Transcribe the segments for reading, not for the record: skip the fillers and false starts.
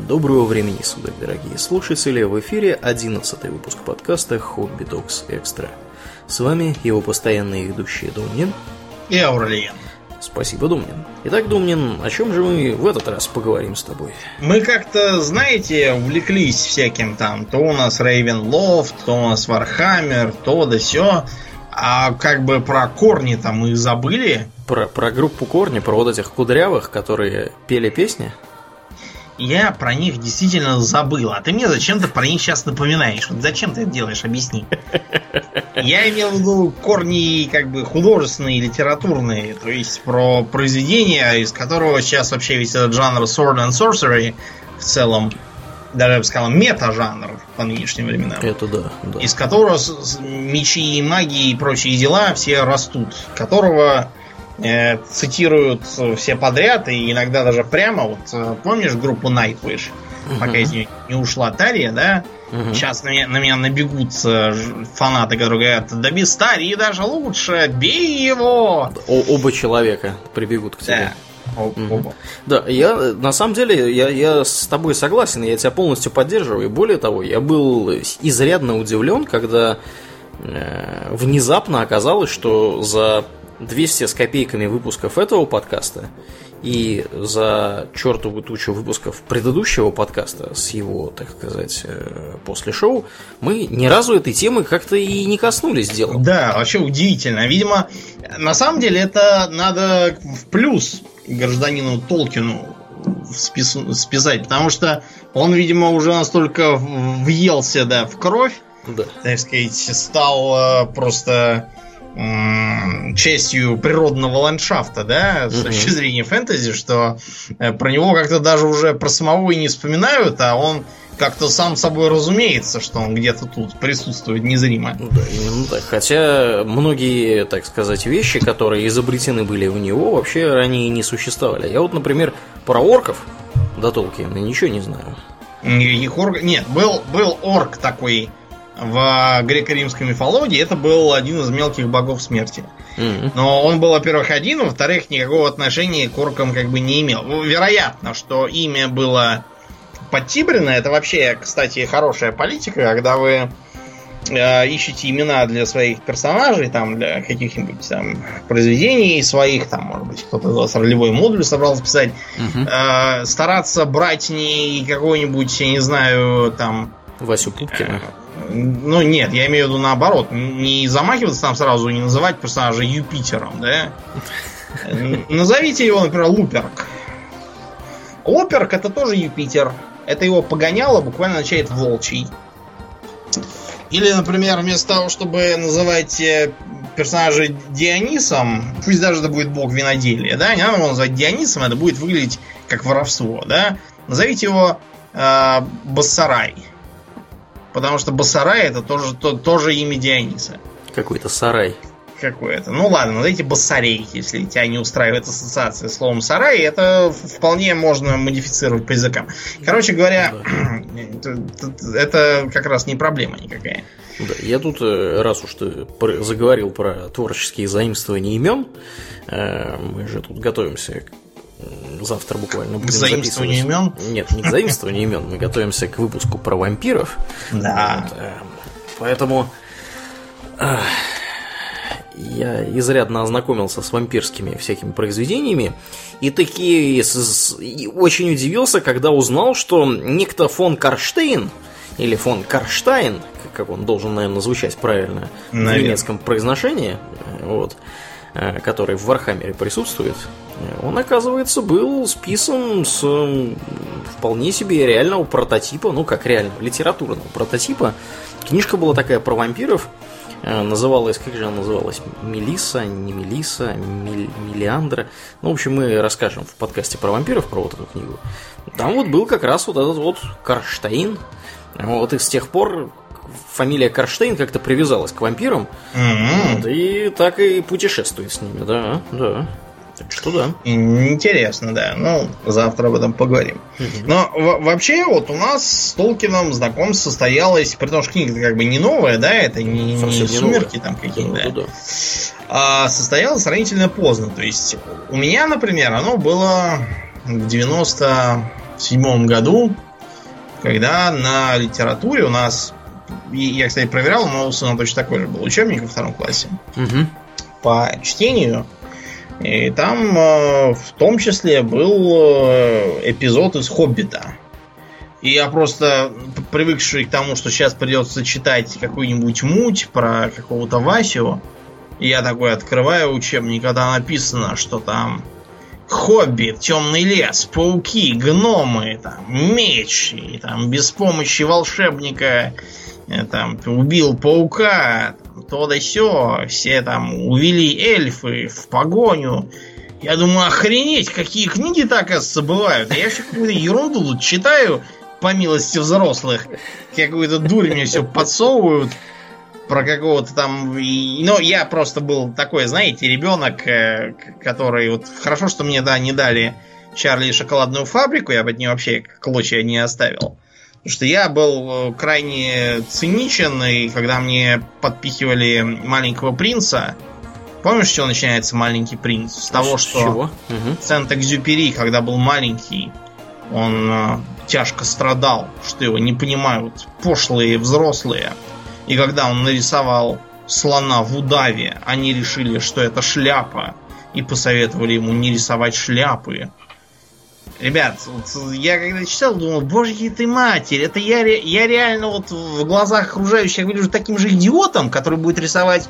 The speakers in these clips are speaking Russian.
Доброго времени суток, дорогие слушатели! В эфире 11-й выпуск подкаста Hobby Dogs Extra. С вами его постоянные ведущие Домнин и Аурлиен. Спасибо, Домнин. Итак, Домнин, о чем же мы в этот раз поговорим с тобой? Мы как-то, знаете, увлеклись всяким там. То у нас Рейвенлофт, то у нас Вархаммер, то да сё. А как бы про корни-то мы забыли. Про группу Корни, про вот этих кудрявых, которые пели песни? Я про них действительно забыл. А ты мне зачем-то про них сейчас напоминаешь? Вот зачем ты это делаешь? Объясни. Я имел в виду корни как бы художественные, литературные. То есть про произведения, из которого сейчас вообще весь этот жанр Sword and Sorcery в целом, даже я бы сказал, мета-жанр по нынешним временам. Это да. Из которого мечи и магии и прочие дела все растут. Которого цитируют все подряд и иногда даже прямо. Вот помнишь группу Nightwish? Пока из нее не ушла Тария, да? Сейчас на меня набегут фанаты, которые говорят: да без Тарии даже лучше, бей его! Оба человека прибегут к тебе. Да. Оба. Да, я на самом деле я с тобой согласен, я тебя полностью поддерживаю. И более того, я был изрядно удивлен, когда внезапно оказалось, что за 200 с копейками выпусков этого подкаста и за чертову тучу выпусков предыдущего подкаста с его, так сказать, после шоу, мы ни разу этой темы как-то и не коснулись дела. Да, вообще удивительно. Видимо, на самом деле это надо в плюс гражданину Толкину списать, потому что он, видимо, уже настолько въелся, да, в кровь, да, так сказать, стал просто частью природного ландшафта, да, с точки зрения фэнтези, что про него как-то даже уже про самого и не вспоминают, а он как-то сам собой разумеется, что он где-то тут присутствует незримо. Да, именно так. Хотя многие, так сказать, вещи, которые изобретены были у него, вообще ранее не существовали. Я вот, например, про орков до Толкина ничего не знаю. Нет, был орк такой в греко-римской мифологии. Это был один из мелких богов смерти. Но он был, во-первых, один, во-вторых, никакого отношения к оркам как бы не имел. Вероятно, что имя было подтибрено. Это вообще, кстати, хорошая политика, когда вы ищете имена для своих персонажей, там, для каких-нибудь там произведений своих, там, может быть, кто-то из вас ролевой модуль собрался писать, стараться брать не какой-нибудь, я не знаю, там... Васю Пупкина. Ну, нет, я имею в виду наоборот. Не замахиваться там сразу, не называть персонажа Юпитером, да? Назовите его, например, Луперк. Луперк — это тоже Юпитер. Это его погоняло, буквально означает волчий. Или, например, вместо того, чтобы называть персонажа Дионисом, пусть даже это будет бог виноделия, да? Не надо его называть Дионисом, это будет выглядеть как воровство, да? Назовите его Бассарай. Потому что Бассарай — это тоже имя Диониса. Какой-то сарай. Какой-то. Ну ладно, назовите Бассарей, если тебя не устраивает ассоциация с словом сарай. Это вполне можно модифицировать по языкам. Короче говоря, это как раз не проблема никакая. Да, я тут, раз уж ты заговорил про творческие заимствования имен, мы же тут готовимся завтра буквально будем записывать. К заимствованию имен? Нет, не к заимствованию имен. Мы готовимся к выпуску про вампиров. Да. Вот, поэтому я изрядно ознакомился с вампирскими всякими произведениями и таки очень удивился, когда узнал, что некто фон Карштейн, или фон Карштайн, как он должен, наверное, звучать правильно в немецком произношении, вот, который в Вархаммере присутствует, он, оказывается, был списан с вполне себе реального прототипа, ну как реального, литературного прототипа. Книжка была такая про вампиров, называлась, как же она называлась? Мелисса, не Мелисса, Мелиандра. Ну, в общем, мы расскажем в подкасте про вампиров, про вот эту книгу. Там вот был как раз вот этот вот Карштейн. Вот и с тех пор фамилия Карштейн как-то привязалась к вампирам. Вот, и так и путешествует с ними, да. Так что да. Интересно, да. Ну, завтра об этом поговорим. Но вообще, вот у нас с Толкином знакомство состоялось, при том, что книга как бы не новая, да, это не «Сумерки» там какие-то. Да. А состоялось сравнительно поздно. То есть у меня, например, оно было в 97-м году. когда на литературе у нас... Я, кстати, проверял, у моего сына точно такой же был учебник во 2 классе. Угу. По чтению. И там в том числе был эпизод из «Хоббита». И я просто привыкший к тому, что сейчас придется читать какую-нибудь муть про какого-то Васю. И я такой открываю учебник, когда написано, что там хоббит, темный лес, пауки, гномы, там, меч, и там без помощи волшебника там убил паука, то да сё, все там увели эльфы в погоню. Я думаю, охренеть, какие книги так, оказывается, бывают. А я вообще какую-то ерунду тут читаю, по милости взрослых. Какую-то дурь мне все подсовывают про какого-то там... Но я просто был такой, знаете, ребенок, который... Вот хорошо, что мне, да, не дали Чарли и шоколадную фабрику, я бы от нее вообще клочья не оставил. Потому что я был крайне циничен, и когда мне подпихивали «Маленького принца», помнишь, с чего начинается «Маленький принц»? С того, что Сент-Экзюпери, когда был маленький, он тяжко страдал, что его не понимают пошлые взрослые. И когда он нарисовал слона в удаве, они решили, что это шляпа, и посоветовали ему не рисовать шляпы. Ребят, вот я когда читал, думал, божья ты матерь, это я реально вот в глазах окружающих выгляжу таким же идиотом, который будет рисовать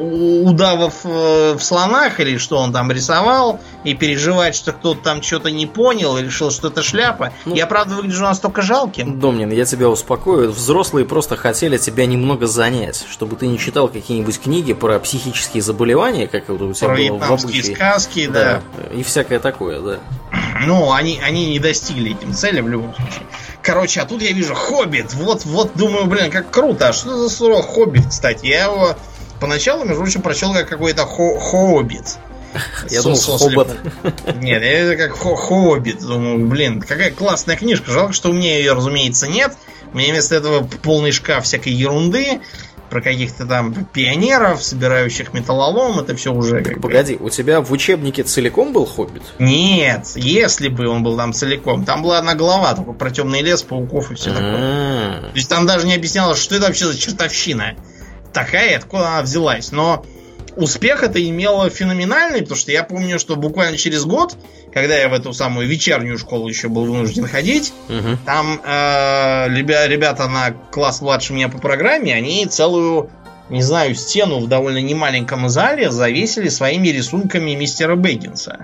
удавов в слонах, или что он там рисовал, и переживать, что кто-то там что-то не понял, и решил, что это шляпа. Ну, я, правда, выгляжу настолько жалким. Домнин, я тебя успокою. Взрослые просто хотели тебя немного занять, чтобы ты не читал какие-нибудь книги про психические заболевания, как вот у тебя про было в обычае. Сказки, да. И всякое такое, да. Ну, они не достигли этим цели в любом случае. Короче, а тут я вижу «Хоббит». Вот, думаю, блин, как круто. А что за слово «Хоббит», кстати? Я его поначалу, между прочим, прочел как какой-то «Хоббит». Я думал, «Хоббит». Нет, это как «Хоббит». Думаю, блин, какая классная книжка. Жалко, что у меня ее, разумеется, нет. У меня вместо этого полный шкаф всякой ерунды. Про каких-то там пионеров, собирающих металлолом, это все уже... Так, погоди, у тебя в учебнике целиком был «Хоббит»? Нет, если бы он был там целиком. Там была одна глава только про темный лес, пауков и все такое. То есть там даже не объяснялось, что это вообще за чертовщина такая, откуда она взялась. Но успех это имело феноменальный, потому что я помню, что буквально через год, когда я в эту самую вечернюю школу еще был вынужден ходить, там ребята на класс младше меня по программе, они целую, не знаю, стену в довольно немаленьком зале завесили своими рисунками мистера Бэггинса.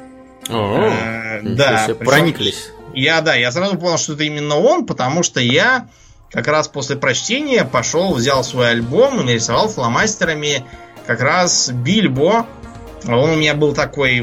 Да, прониклись. Я сразу понял, что это именно он, потому что я как раз после прочтения пошел, взял свой альбом и нарисовал фломастерами как раз Бильбо. Он у меня был такой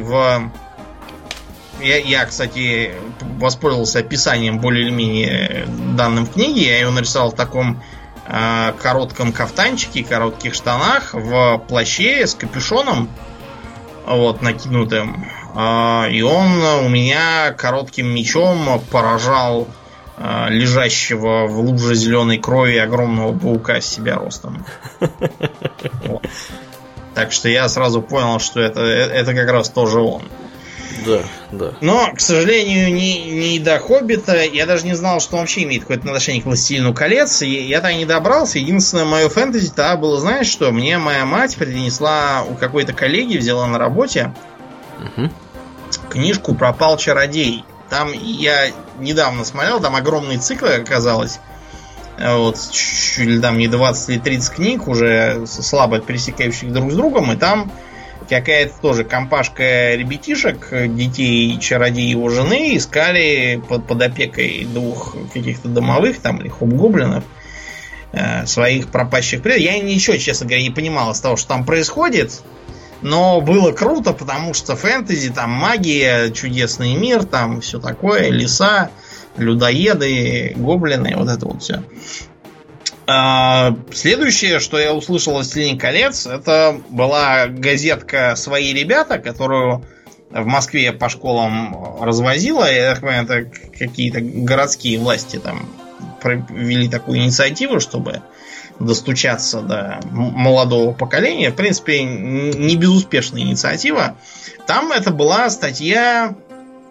Я, кстати, воспользовался описанием более или менее данным в книге. Я его нарисовал в таком коротком кафтанчике, коротких штанах, в плаще с капюшоном вот, накинутым. И он у меня коротким мечом поражал лежащего в луже зеленой крови огромного паука с себя ростом. Вот. Так что я сразу понял, что это как раз тоже он. Да. Но, к сожалению, не до «Хоббита». Я даже не знал, что он вообще имеет какое-то отношение к «Властелину колец». Я так и не добрался. Единственное мое фэнтези тогда было, знаешь что? Мне моя мать принесла у какой-то коллеги, взяла на работе книжку «Пропал чародей». Там я недавно смотрел, там огромный цикл оказалось. Вот, чуть ли там не 20 или 30 книг, уже слабо пересекающих друг с другом. И там какая-то тоже компашка ребятишек, детей чародея и его жены, искали под опекой двух каких-то домовых, там, или хобгоблинов, своих пропащих предков. Я ничего, честно говоря, не понимал из того, что там происходит. Но было круто, потому что фэнтези, там магия, чудесный мир, там все такое, леса, людоеды, гоблины, вот это вот все. Следующее, что я услышал из «Властелин колец», это была газетка «Свои ребята», которую в Москве по школам развозила. Я так понимаю, это какие-то городские власти там провели такую инициативу, чтобы достучаться до молодого поколения. В принципе, не безуспешная инициатива. Там это была статья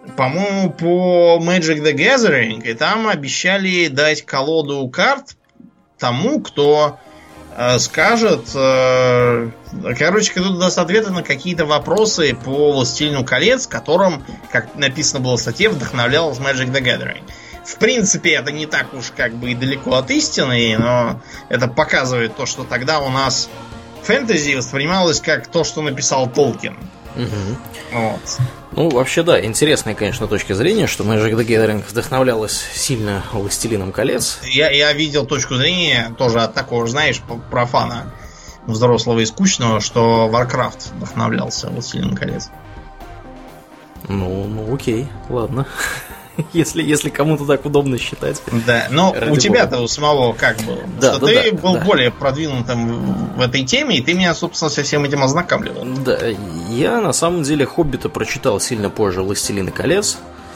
по-моему, по Magic the Gathering, и там обещали дать колоду карт тому, кто скажет... короче, кто даст ответы на какие-то вопросы по «Властелину колец», которым, как написано было в статье, вдохновлялась Magic the Gathering. В принципе, это не так уж как бы и далеко от истины, но это показывает то, что тогда у нас фэнтези воспринималось как то, что написал Толкин. Угу. Вот. Ну, вообще, да, интересная, конечно, точка зрения, что Magic the Gathering вдохновлялась сильно «Властелином колец». Я видел точку зрения тоже от такого, знаешь, профана, взрослого и скучного, что Warcraft вдохновлялся «Властелином колец». Ну, окей, ладно. Если кому-то так удобно считать. Да, но у тебя-то у самого как было? Да, что ты был более продвинутым в этой теме, и ты меня, собственно, со всем этим ознакомливал. Да, я на самом деле «Хоббита» прочитал сильно позже «Властелина колец»,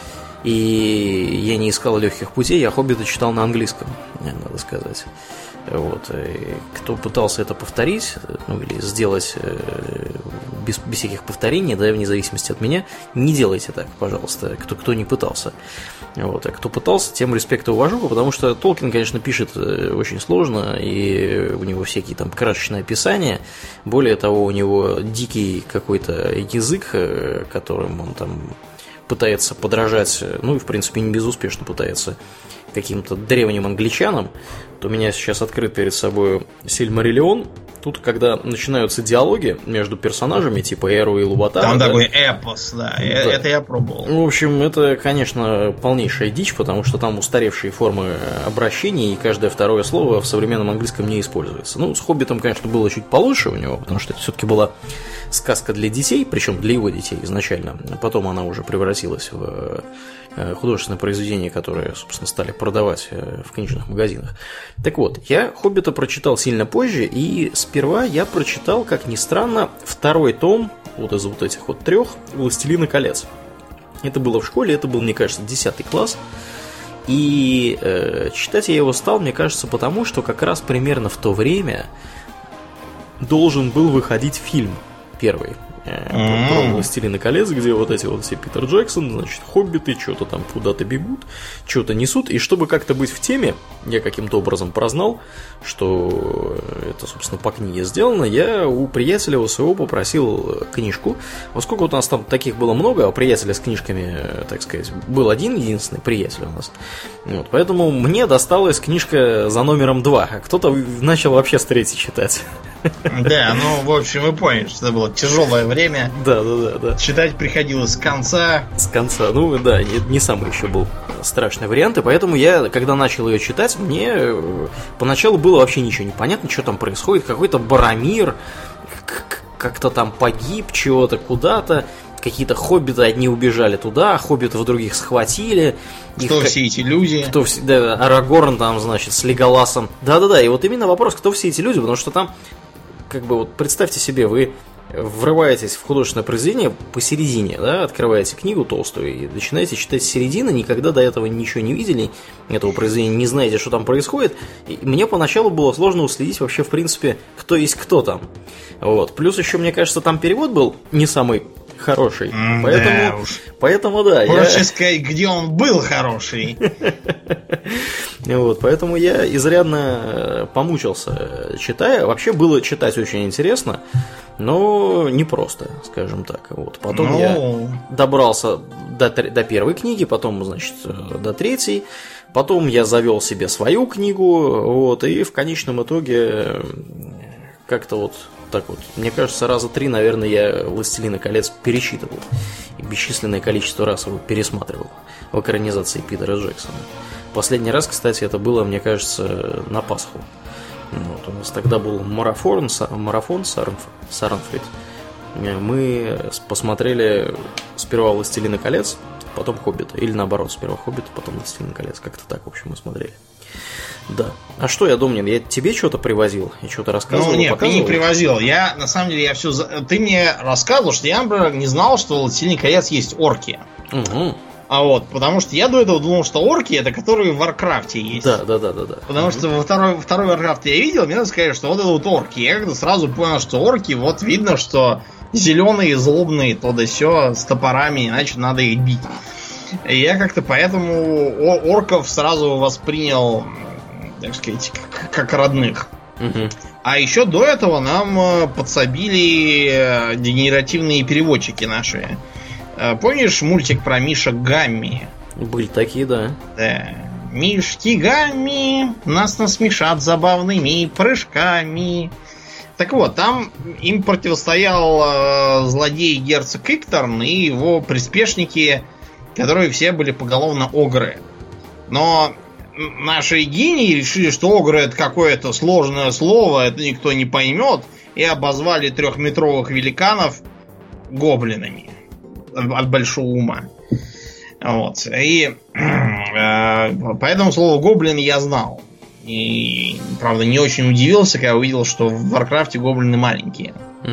и я не искал легких путей, я «Хоббита» читал на английском, надо сказать. Вот. И кто пытался это повторить, ну или сделать без всяких повторений, да, вне зависимости от меня, не делайте так, пожалуйста, кто не пытался. Вот. А кто пытался, тем респект и уважуха, потому что Толкин, конечно, пишет очень сложно, и у него всякие там красочные описания. Более того, у него дикий какой-то язык, которым он там пытается подражать, ну и в принципе не безуспешно пытается каким-то древним англичанам. Вот у меня сейчас открыт перед собой Сильмариллион. Тут, когда начинаются диалоги между персонажами, типа Эру и Лубатара. Там такой эпос, да, это я пробовал. В общем, это, конечно, полнейшая дичь, потому что там устаревшие формы обращений, и каждое второе слово в современном английском не используется. Ну, с «Хоббитом», конечно, было чуть получше у него, потому что это все-таки была сказка для детей, причем для его детей изначально. Потом она уже превратилась в художественное произведение, которое, собственно, стали продавать в книжных магазинах. Так вот, я «Хоббита» прочитал сильно позже, и сперва я прочитал, как ни странно, второй том вот из вот этих вот 3 «Властелина колец». Это было в школе, это был, мне кажется, 10 класс. И читать я его стал, мне кажется, потому что как раз примерно в то время должен был выходить фильм первый про «Властелина колец», где вот эти вот все Питер Джексон, значит, хоббиты, что-то там куда-то бегут, что-то несут. И чтобы как-то быть в теме, я каким-то образом прознал, что это, собственно, по книге сделано. Я у приятеля у своего попросил книжку. Поскольку у нас там таких было много, а приятеля с книжками, так сказать, был один-единственный приятель у нас. Вот, поэтому мне досталась книжка за номером 2, а кто-то начал вообще с 3 читать. Да, ну, в общем, вы поняли, что это было тяжелое время. Да. Читать приходилось с конца. С конца, ну да, не самый еще был страшный вариант, и поэтому я, когда начал ее читать, мне поначалу было вообще ничего не понятно, что там происходит. Какой-то Барамир как-то там погиб, чего-то куда-то. Какие-то хоббиты одни убежали туда, хоббитов других схватили. Кто все эти люди? Да, Арагорн там, значит, с Леголасом. Да, и вот именно вопрос, кто все эти люди, потому что там, как бы, вот представьте себе, вы врываетесь в художественное произведение посередине, да, открываете книгу толстую и начинаете читать с середины, никогда до этого ничего не видели, этого произведения, не знаете, что там происходит, и мне поначалу было сложно уследить вообще, в принципе, кто есть кто там. Вот. Плюс еще, мне кажется, там перевод был не самый хороший, поэтому да. Проще сказать, где он был хороший. Вот, поэтому я изрядно помучился, читая. Вообще было читать очень интересно, но непросто, скажем так. Вот. Потом я добрался до 1 книги, потом, значит, до 3, потом я завел себе свою книгу, вот, и в конечном итоге как-то вот так вот, мне кажется, раза 3, наверное, я «Властелина колец» перечитывал. И бесчисленное количество раз его пересматривал в экранизации Питера Джексона. Последний раз, кстати, это было, мне кажется, на Пасху. Вот, у нас тогда был марафон Саранфрид. Мы посмотрели сперва «Властелина колец», потом «Хоббита». Или наоборот, сперва «Хоббита», потом «Властелина колец». Как-то так, в общем, мы смотрели. Да. А что, я думаю, я тебе что-то привозил? Я что-то рассказывал? Ну, нет, показывал? ты не привозил. Я, на самом деле, ты мне рассказывал, что я, например, не знал, что в «Властелине колец» есть орки. Угу. А вот, потому что я до этого думал, что орки это которые в Варкрафте есть. Да. Потому что во второй Варкрафт я видел, мне надо сказать, что вот это вот орки. Я как-то сразу понял, что орки, вот видно, что зеленые, злобные, то да сё, с топорами, иначе надо их бить. И я как-то поэтому орков сразу воспринял, так сказать, как родных. А еще до этого нам подсобили генеративные переводчики наши. Помнишь мультик про Мишек Гамми? Были такие, да. Да. Мишки Гамми нас насмешат забавными прыжками. Так вот, там им противостоял злодей герцог Икторн и его приспешники, которые все были поголовно огры. Но наши гении решили, что огры это какое-то сложное слово, это никто не поймет, и обозвали 3-метровых великанов гоблинами от большого ума. Вот. И поэтому слово гоблин я знал. И, правда, не очень удивился, когда увидел, что в Варкрафте гоблины маленькие.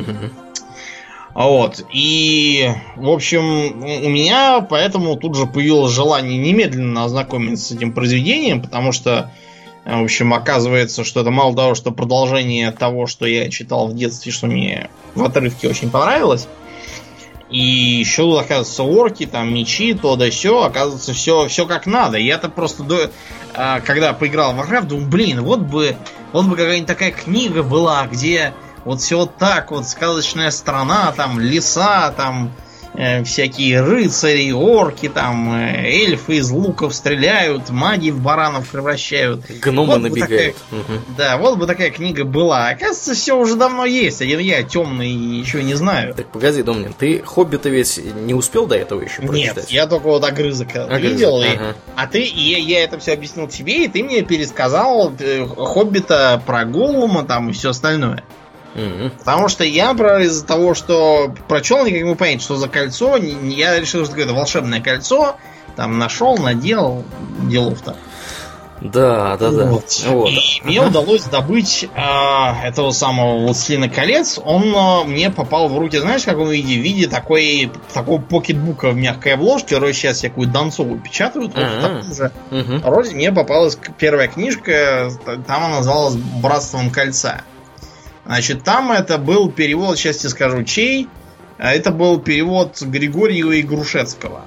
Вот. И, в общем, у меня поэтому тут же появилось желание немедленно ознакомиться с этим произведением, потому что, в общем, оказывается, что это мало того, что продолжение того, что я читал в детстве, что мне в отрывке очень понравилось. И еще тут, оказывается, орки, там, мечи, то да сё, оказывается, все как надо. Я-то просто, когда поиграл в Warcraft, думал, блин, вот бы какая-нибудь такая книга была, где вот все вот так, вот сказочная страна, там, леса, там, всякие рыцари, орки, там, эльфы из луков стреляют, маги в баранов превращают. Гномы вот набегают. Да, вот бы такая книга была. Оказывается, все уже давно есть. Один я темный и ничего не знаю. Так погоди, Домнин, ты Хоббита ведь не успел до этого еще прочитать? Нет, я только вот огрызок видел. А ты, я это все объяснил тебе, и ты мне пересказал Хоббита про Голлума там и все остальное. Потому что я, например, из-за того, что прочел, никак не мог понять, что за кольцо, я решил, что это волшебное кольцо, там нашел, надел, делов-то. Да. Вот. И мне удалось добыть этого самого «Властелина колец». Он мне попал в руки, знаешь, в каком виде? В виде такого покетбука в мягкой обложке, который сейчас всякую Донцову печатают. Вот в таком же роде мне попалась первая книжка, там она называлась «Братством кольца». Значит, там это был перевод, сейчас тебе скажу, чей. Это был перевод Григорьева и Грушецкого.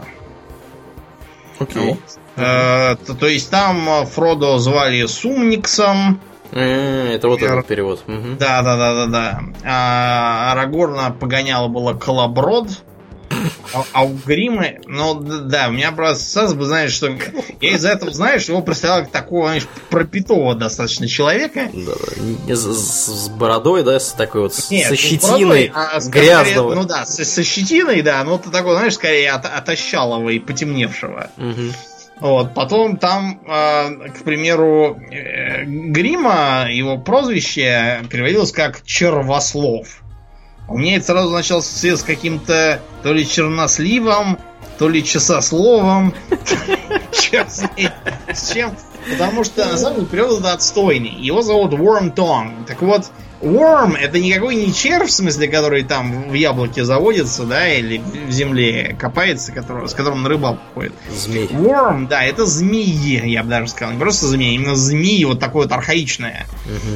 Окей. То есть там Фродо звали Сумниксом. Это вот этот перевод. Да. А Арагорна погоняло было Колоброд. А у Грима, ну да, у меня просто бы, знаешь, что я из-за этого, знаешь, его представлял как такого, знаешь, пропитого достаточно человека. Да. С бородой, да, с такой вот, нет, со щетиной, грязного. Ну да, со щетиной, да, но ты такой, знаешь, скорее отощалого и потемневшего. Вот, потом там, к примеру, Грима, его прозвище переводилось как Червослов. У меня это сразу начался с каким-то то ли черносливом, то ли часословом. Черт знает с чем. Потому что, на самом деле, перевод это отстойный. Его зовут Wormtongue. Так вот, Worm это никакой не червь, в смысле, который там в яблоке заводится, да, или в земле копается, с которым на рыбалку ходит. Змей. Worm, да, это змеи, я бы даже сказал. Не просто змеи, именно змеи, вот такое вот архаичное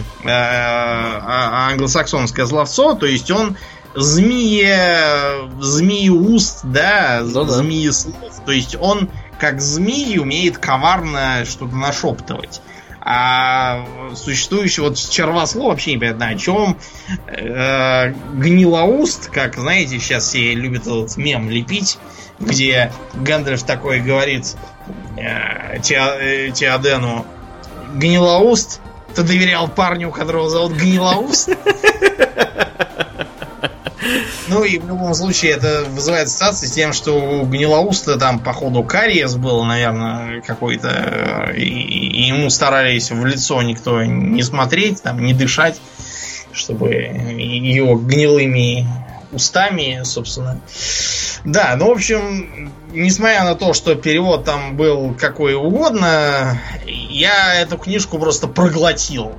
англосаксонское словцо, то есть он змееуст, да, змееслов. То есть он, как змеи, умеет коварно что-то нашептывать. А существующий вот червослов вообще непонятно о чем. Гнилоуст, как, знаете, сейчас все любят этот мем лепить, где Гэндальф такой говорит Теодену: Гнилоуст, ты доверял парню, которого зовут Гнилоуст? Ну и в любом случае это вызывает ассоциации с тем, что у Гнилоуста там, походу, кариес был, наверное, какой-то. И ему старались в лицо никто не смотреть, там, не дышать, чтобы его гнилыми устами, собственно. Да, ну, в общем, несмотря на то, что перевод там был какой угодно, я эту книжку просто проглотил.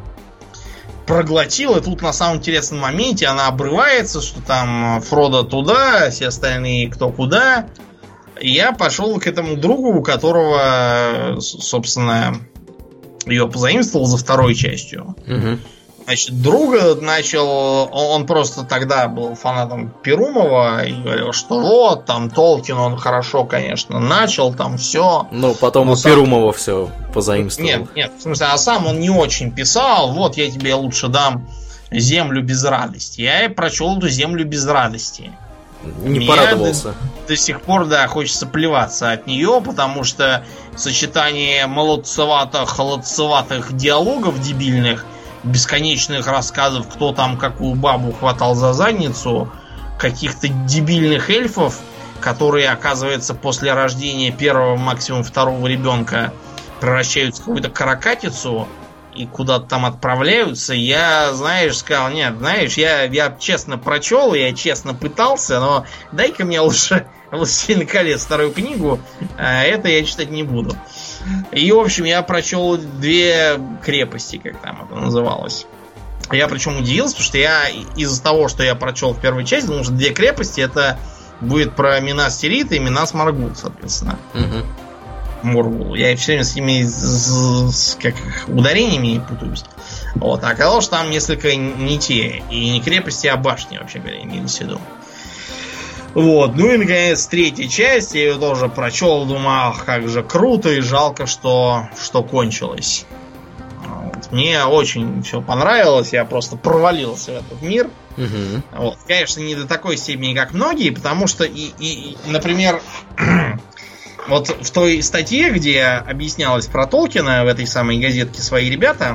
И тут на самом интересном моменте она обрывается, что там Фродо туда, все остальные кто куда. И я пошел к этому другу, у которого, собственно, ее позаимствовал за второй частью. Значит, друга начал, он просто тогда был фанатом Перумова и говорил, что вот, там Толкин, он хорошо, конечно, начал, там все. Но потом у Перумова все позаимствовал. Нет, в смысле, а сам он не очень писал, вот я тебе лучше дам «Землю без радости». Я и прочел эту «Землю без радости». Не порадовался. До сих пор, да, хочется плеваться от нее, потому что сочетание молодцевато-холодцеватых диалогов дебильных, бесконечных рассказов, кто там какую бабу хватал за задницу, каких-то дебильных эльфов, которые, оказывается, после рождения первого, максимум второго ребенка превращаются в какую-то каракатицу и куда-то там отправляются. Я, знаешь, сказал, нет, знаешь, я честно прочел, я честно пытался, но дай-ка мне лучше «Властелин колец» вторую книгу, а это я читать не буду. И, в общем, я прочел «Две крепости», как там это называлось. Я причем удивился, потому что я из-за того, что я прочел в первой части, думал, что «Две крепости» это будет про Минас Тирит и Минас Моргул, соответственно. Моргул. Я все время с ними как ударениями путаюсь. Вот. А оказалось, что там несколько не те. И не крепости, а башни, вообще говоря, имелись в виду. Вот. Ну и, наконец, третья часть. Я ее тоже прочел, думаю, ах, как же круто и жалко, что кончилось. Вот. Мне очень все понравилось. Я просто провалился в этот мир. Вот. Конечно, не до такой степени, как многие, потому что, например... Вот в той статье, где объяснялось про Толкина в этой самой газетке «Свои ребята»,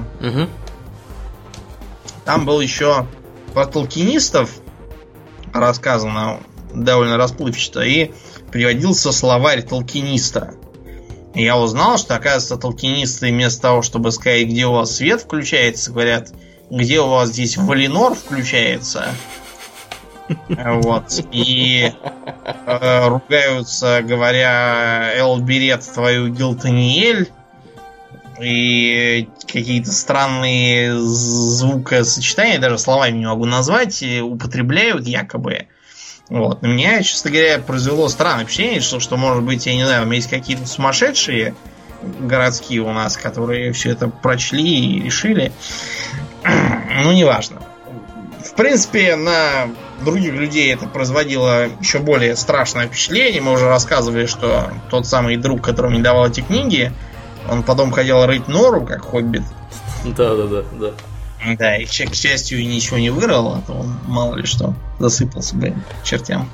там был еще про толкинистов рассказано довольно расплывчато, и приводился словарь толкиниста. И я узнал, что, оказывается, толкинисты вместо того, чтобы сказать, где у вас свет включается, говорят, где у вас здесь Валинор включается. Вот. И ругаются, говоря, Элберет, твою Гилтаниэль. И какие-то странные звукосочетания, даже словами не могу назвать, употребляют якобы. Вот. На меня, честно говоря, произвело странное впечатление, что, может быть, я не знаю, там есть какие-то сумасшедшие городские у нас, которые все это прочли и решили. Ну, неважно. В принципе, на других людей это производило еще более страшное впечатление. Мы уже рассказывали, что тот самый друг, которому не давал эти книги, он потом ходил рыть нору, как хоббит. Да. Да, и к счастью, ничего не вырвал, а то он мало ли что засыпался бы чертям.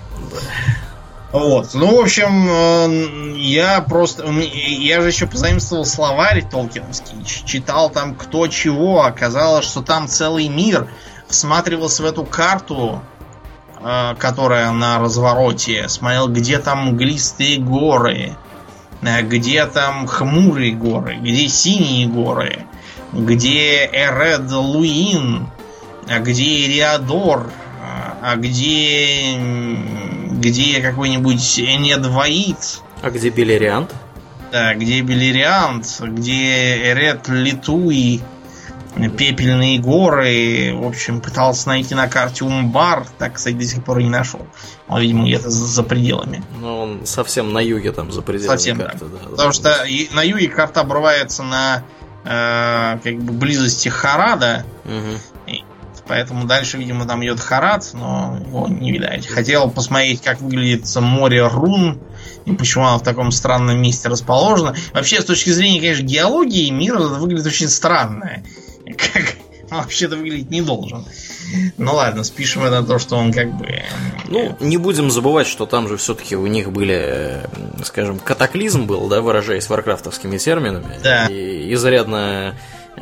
Вот. Ну, в общем, я же еще позаимствовал словарь толкиновский, читал там кто чего, оказалось, что там целый мир. Всматривался в эту карту, которая на развороте, смотрел, где там мглистые горы, где там хмурые горы, где синие горы, где Эред-Луин, где Ириадор, а где какой-нибудь Энедваид. А где Белериант? Да, где Белериант, где Эред-Литуи, Пепельные горы. В общем, пытался найти на карте Умбар. Так, кстати, до сих пор и не нашел. Он, видимо, где-то за пределами. Ну, он совсем на юге, там, за пределами совсем, карты. Да. Потому что на юге карта обрывается на как бы близости Харада. И поэтому дальше, видимо, там идет Харад, но его не видать. Хотел посмотреть, как выглядит море Рун и почему оно в таком странном месте расположено. Вообще, с точки зрения, конечно, геологии, мир выглядит очень странно. Как вообще-то выглядеть не должен. Ну ладно, спишем это на то, что он как бы... Ну, не будем забывать, что там же все-таки у них были, скажем, катаклизм был, да, выражаясь варкрафтовскими терминами. Да. И изрядные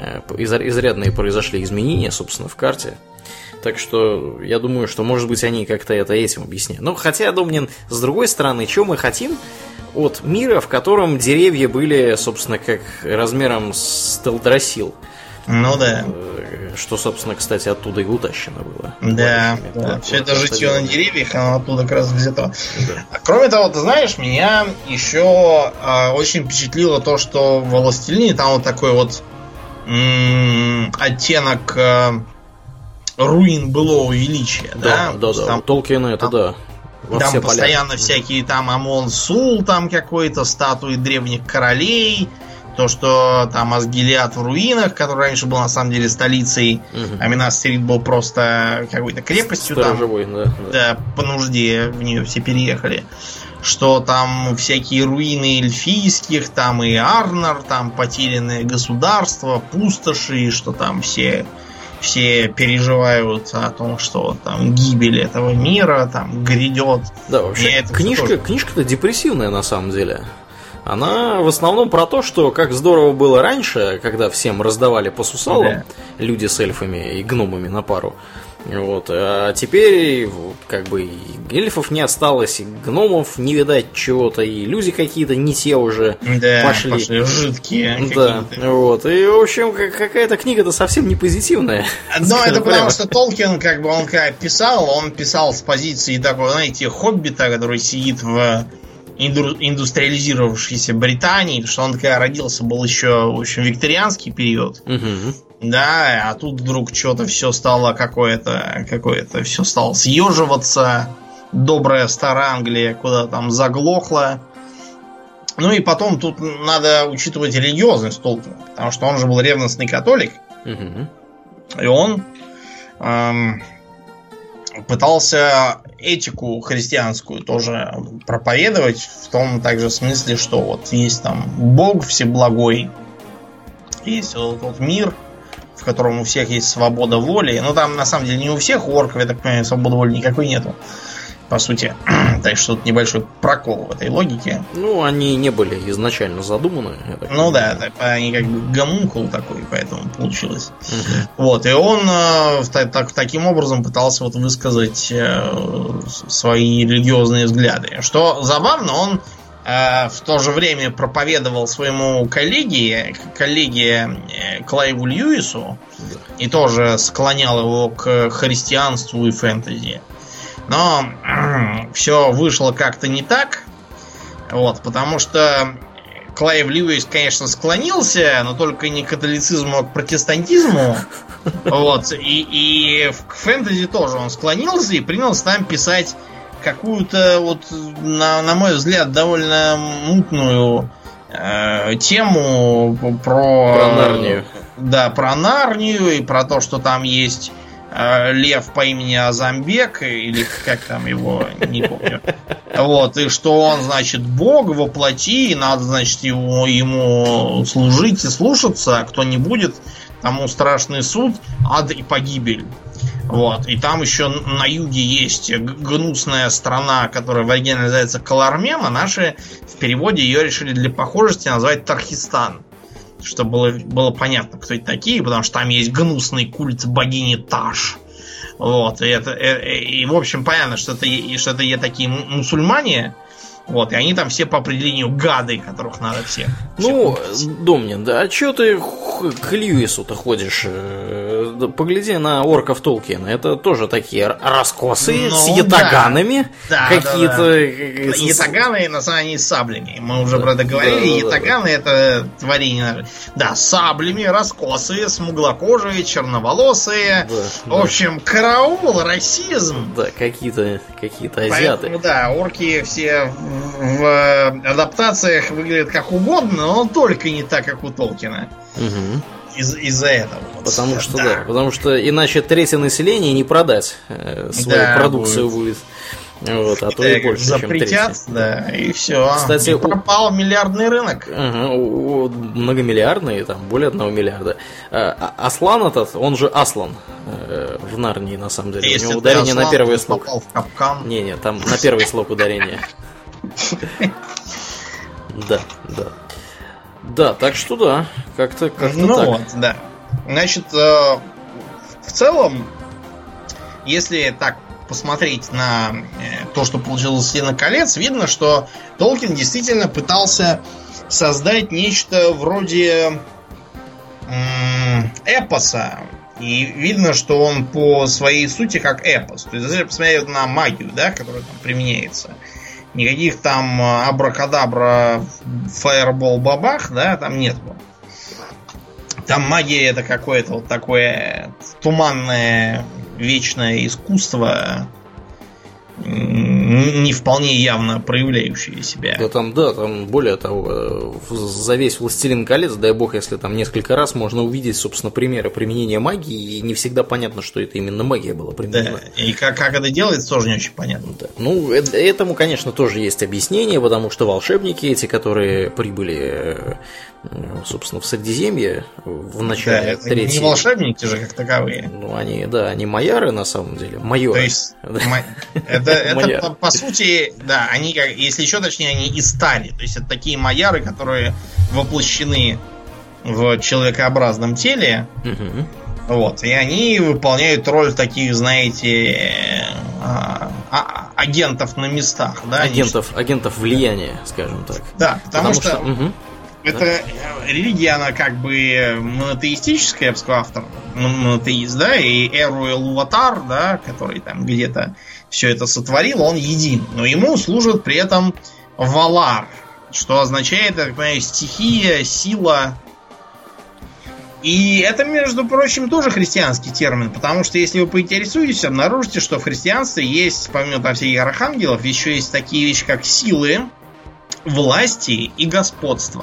произошли изменения, собственно, в карте. Так что я думаю, что, может быть, они как-то это этим объясняют. Ну, хотя, Домнин, с другой стороны, чего мы хотим от мира, в котором деревья были, собственно, как размером с Телдрасил. Ну да. Что, собственно, кстати, оттуда и утащено было. Да. Все это житье на деревьях, оно оттуда как раз взято. Да. Кроме того, ты знаешь, меня еще очень впечатлило то, что в «Властелине» там вот такой вот оттенок руин былого величия. Да. Там, Толкина это да. Там постоянно всякие там Амон Сул, там какой-то статуи древних королей. То, что там Асгилиад в руинах, который раньше был на самом деле столицей, а Минас-Тирит был просто какой-то крепостью там. Да, по нужде в нее все переехали. Что там всякие руины эльфийских, там и Арнор, там потерянное государство, пустоши, что там все переживают о том, что там гибель этого мира там грядет. Да, вообще книжка-то депрессивная на самом деле. Она в основном про то, что как здорово было раньше, когда всем раздавали по сусалам, люди с эльфами и гномами на пару. Вот. А теперь как бы и эльфов не осталось, и гномов не видать чего-то, и люди какие-то не те уже пошли жидкие. Да, вот. И, в общем, какая-то книга-то совсем не позитивная. Но это потому, что Толкин, как бы, он писал с позиции такой, знаете, хоббита, который сидит в индустриализировавшейся Британии, потому что он когда родился, был еще, в общем, викторианский период. Да, а тут вдруг что-то все стало какое-то все стало съеживаться. Добрая старая Англия куда там заглохла. Ну и потом тут надо учитывать религиозность Толкина, потому что он же был ревностный католик. И он пытался этику христианскую тоже проповедовать, в том также смысле, что вот есть там Бог всеблагой, есть вот этот мир, в котором у всех есть свобода воли. Но там на самом деле не у всех, у орков, я так понимаю, свободы воли никакой нету, по сути. Так что тут небольшой прокол в этой логике. Ну, они не были изначально задуманы. Ну да, они как бы гомункул такой, поэтому получилось. Вот, и он таким образом пытался вот высказать свои религиозные взгляды. Что забавно, он в то же время проповедовал своему коллеге Клайву Льюису и тоже склонял его к христианству и фэнтези. Но все вышло как-то не так. Вот, потому что Клайв Льюис, конечно, склонился, но только не к католицизму, а к протестантизму. Вот, и к фэнтези тоже он склонился и принялся там писать какую-то, вот, на мой взгляд, довольно мутную тему про Нарнию. Да, про Нарнию и про то, что там есть лев по имени Азамбек, или как там его, не помню. Вот, и что он, значит, бог во плоти, и надо, значит, ему служить и слушаться, а кто не будет, тому страшный суд, ад и погибель. Вот, и там еще на юге есть гнусная страна, которая в оригинале называется Калармен, а наши в переводе ее решили для похожести назвать Тархистан. Чтобы было понятно, кто это такие, потому что там есть гнусный культ богини Таш. Вот, и в общем, понятно, что это такие мусульмане. Вот, и они там все по определению гады, которых надо всех. Ну, Домнин, да, а чё ты к Льюису-то ходишь? Погляди на орков Толкиена. Это тоже такие раскосы с ятаганами. Да, какие-то. Да. Ятаганы, на самом деле, с саблями. Мы уже про это говорили. Ятаганы это творение. Да, с саблями, раскосые, смуглокожие, черноволосые. В общем, караул, расизм. Да, какие-то азиаты. Поэтому, да, орки все в адаптациях выглядят как угодно, но только не так, как у Толкина. Из-за этого. Потому что иначе третье население не продать свою продукцию будет. Вот, а то и больше, запретят, чем да, и все. Кстати, пропал миллиардный рынок. Многомиллиардный, там более 1 миллиарда. Аслан этот, он же Аслан в Нарнии, на самом деле. Если у него ударение Аслан, на первый слог. Попал в капкан. Не, там на первый слог ударение. Да, так что да, как-то ну так. Вот, да. Значит, в целом, если так посмотреть на то, что получилось в «Властелине колец», видно, что Толкин действительно пытался создать нечто вроде эпоса. И видно, что он по своей сути как эпос. То есть, если посмотреть на магию, да, которая там применяется, никаких там абракадабра, фаербол, бабах, да, там нет. Там магия это какое-то вот такое туманное вечное искусство. не вполне явно проявляющие себя. Да, там более того, за весь «Властелин колец», дай бог, если там несколько раз можно увидеть, собственно, примеры применения магии, и не всегда понятно, что это именно магия была применена. Да, и как это делается, тоже не очень понятно. Да. Ну, этому, конечно, тоже есть объяснение, потому что волшебники эти, которые прибыли, собственно, в Средиземье в начале третьей... Не волшебники же, как таковые. Ну, они майоры, на самом деле. Майоры. То есть, это по сути, да, они, если еще точнее, они истари. То есть, это такие майоры, которые воплощены в человекообразном теле. Вот, и они выполняют роль таких, знаете, агентов на местах, да? Агентов влияния, скажем так. Да, потому что эта религия, она как бы монотеистическая, я бы сказал, автор монотеист, да, и Эру-Элуватар, да, который там где-то все это сотворил, он един. Но ему служит при этом Валар, что означает, я так понимаю, стихия, сила. И это, между прочим, тоже христианский термин, потому что если вы поинтересуетесь, обнаружите, что в христианстве есть, помимо там всяких архангелов, еще есть такие вещи, как силы, власти и господства.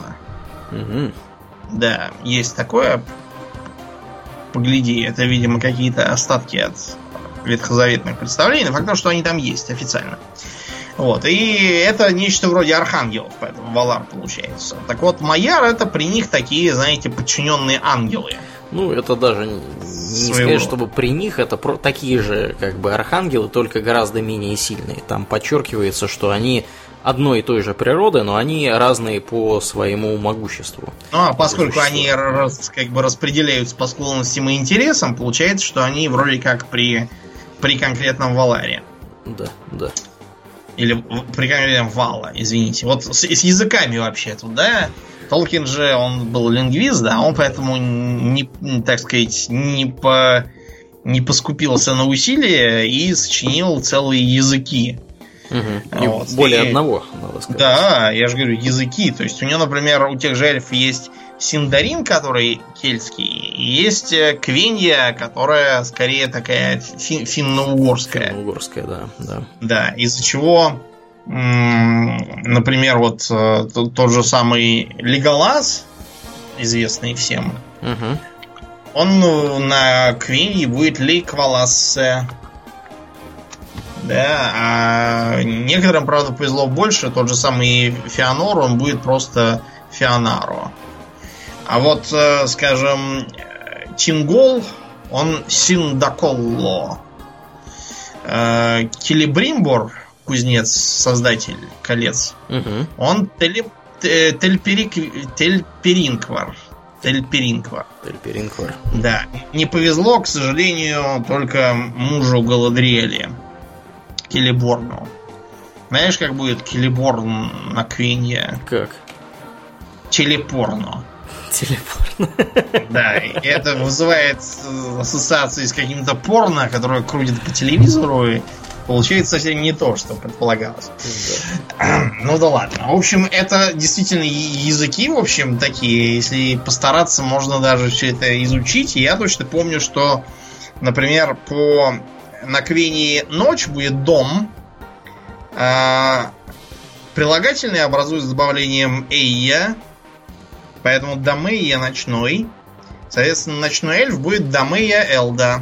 Да, есть такое. Погляди, это, видимо, какие-то остатки от ветхозаветных представлений, но факт в том, что они там есть официально. Вот, и это нечто вроде архангелов, поэтому Валар получается. Так вот, Майяр — это при них такие, знаете, подчиненные ангелы. Ну, это даже не сказать, чтобы при них это такие же, как бы, архангелы, только гораздо менее сильные. Там подчеркивается, что они одной и той же природы, но они разные по своему могуществу. Ну, а поскольку они как бы распределяются по склонностям и интересам, получается, что они вроде как при конкретном Валаре. Да. Или при конкретном Вала, извините. Вот с языками вообще тут, да? Толкин же, он был лингвист, да, он поэтому, так сказать, не поскупился на усилия и сочинил целые языки. Вот. Более одного, надо сказать. Да, я же говорю, языки. То есть у него, например, у тех же эльфов есть Синдарин, который кельтский, и есть Квенья, которая скорее такая финно-угорская. Финно-угорская, да. Да, из-за чего, например, вот тот же самый Леголас, известный всем, он на Квенье будет Лейквалассе. Да, а некоторым, правда, повезло больше. Тот же самый Феонор, он будет просто Феонаро. А вот, скажем, Тингол, он Синдаколло. Келебримбор, кузнец, создатель колец, он Тельперинквар. Да. Не повезло, к сожалению, только мужу Галадриэля, Келеборну. Знаешь, как будет Келеборн на Квинье? Как? Телепорно. Да, и это вызывает ассоциации с каким-то порно, которое крутит по телевизору, и получается совсем не то, что предполагалось. Ну да ладно. В общем, это действительно языки, в общем, такие. Если постараться, можно даже все это изучить. И я точно помню, что, например, на Квении ночь будет дом. Прилагательные образуют с добавлением «эйя», поэтому «дамея» ночной. Соответственно, ночной эльф будет «дамея элда».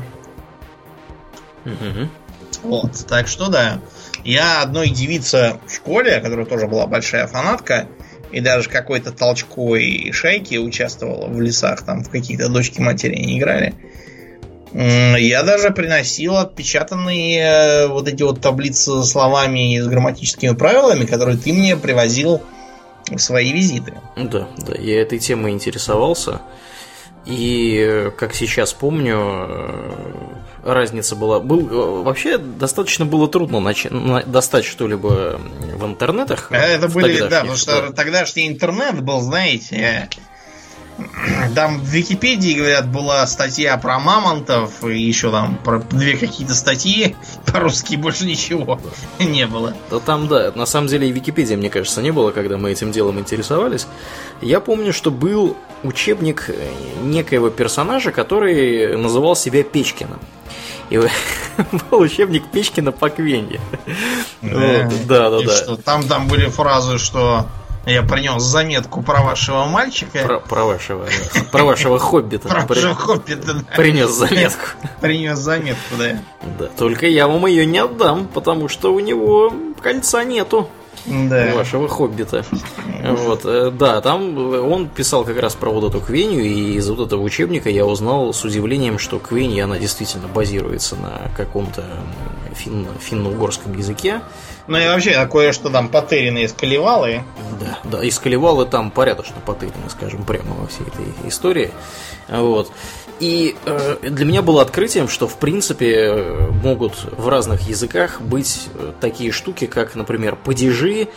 Вот, так что да. Я одной девице в школе, которая тоже была большая фанатка, и даже какой-то толчковой шайки участвовала в лесах, там в какие-то дочки матери они играли. Я даже приносил отпечатанные вот эти вот таблицы с словами и с грамматическими правилами, которые ты мне привозил в свои визиты. Да, я этой темой интересовался. И, как сейчас помню, разница была... Вообще, достаточно было трудно достать что-либо в интернетах. Это были, да, потому что тогдашний интернет был, знаете... Там в Википедии, говорят, была статья про мамонтов, и еще там про 2 какие-то статьи по-русски, больше ничего не было. Да там, да, на самом деле и Википедии, мне кажется, не было, когда мы этим делом интересовались. Я помню, что был учебник некоего персонажа, который называл себя Печкиным. И был учебник Печкина по Квенье. Да. Там были фразы, что я принес заметку про вашего мальчика. Про вашего хоббита. Про вашего хоббита, да. Принес заметку. Принес заметку, да. Да, только я вам ее не отдам, потому что у него кольца нету. Да. Вашего хоббита. Вот, да, там он писал как раз про вот эту Квенью, и из вот этого учебника я узнал с удивлением, что Квенья, она действительно базируется на каком-то финно-угорском языке. Ну и вообще, кое-что там потеряно из Калевалы. Да, из Калевалы там порядочно потеряно, скажем, прямо во всей этой истории. Вот. И для меня было открытием, что в принципе могут в разных языках быть такие штуки, как, например, падежи,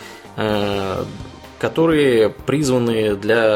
которые призваны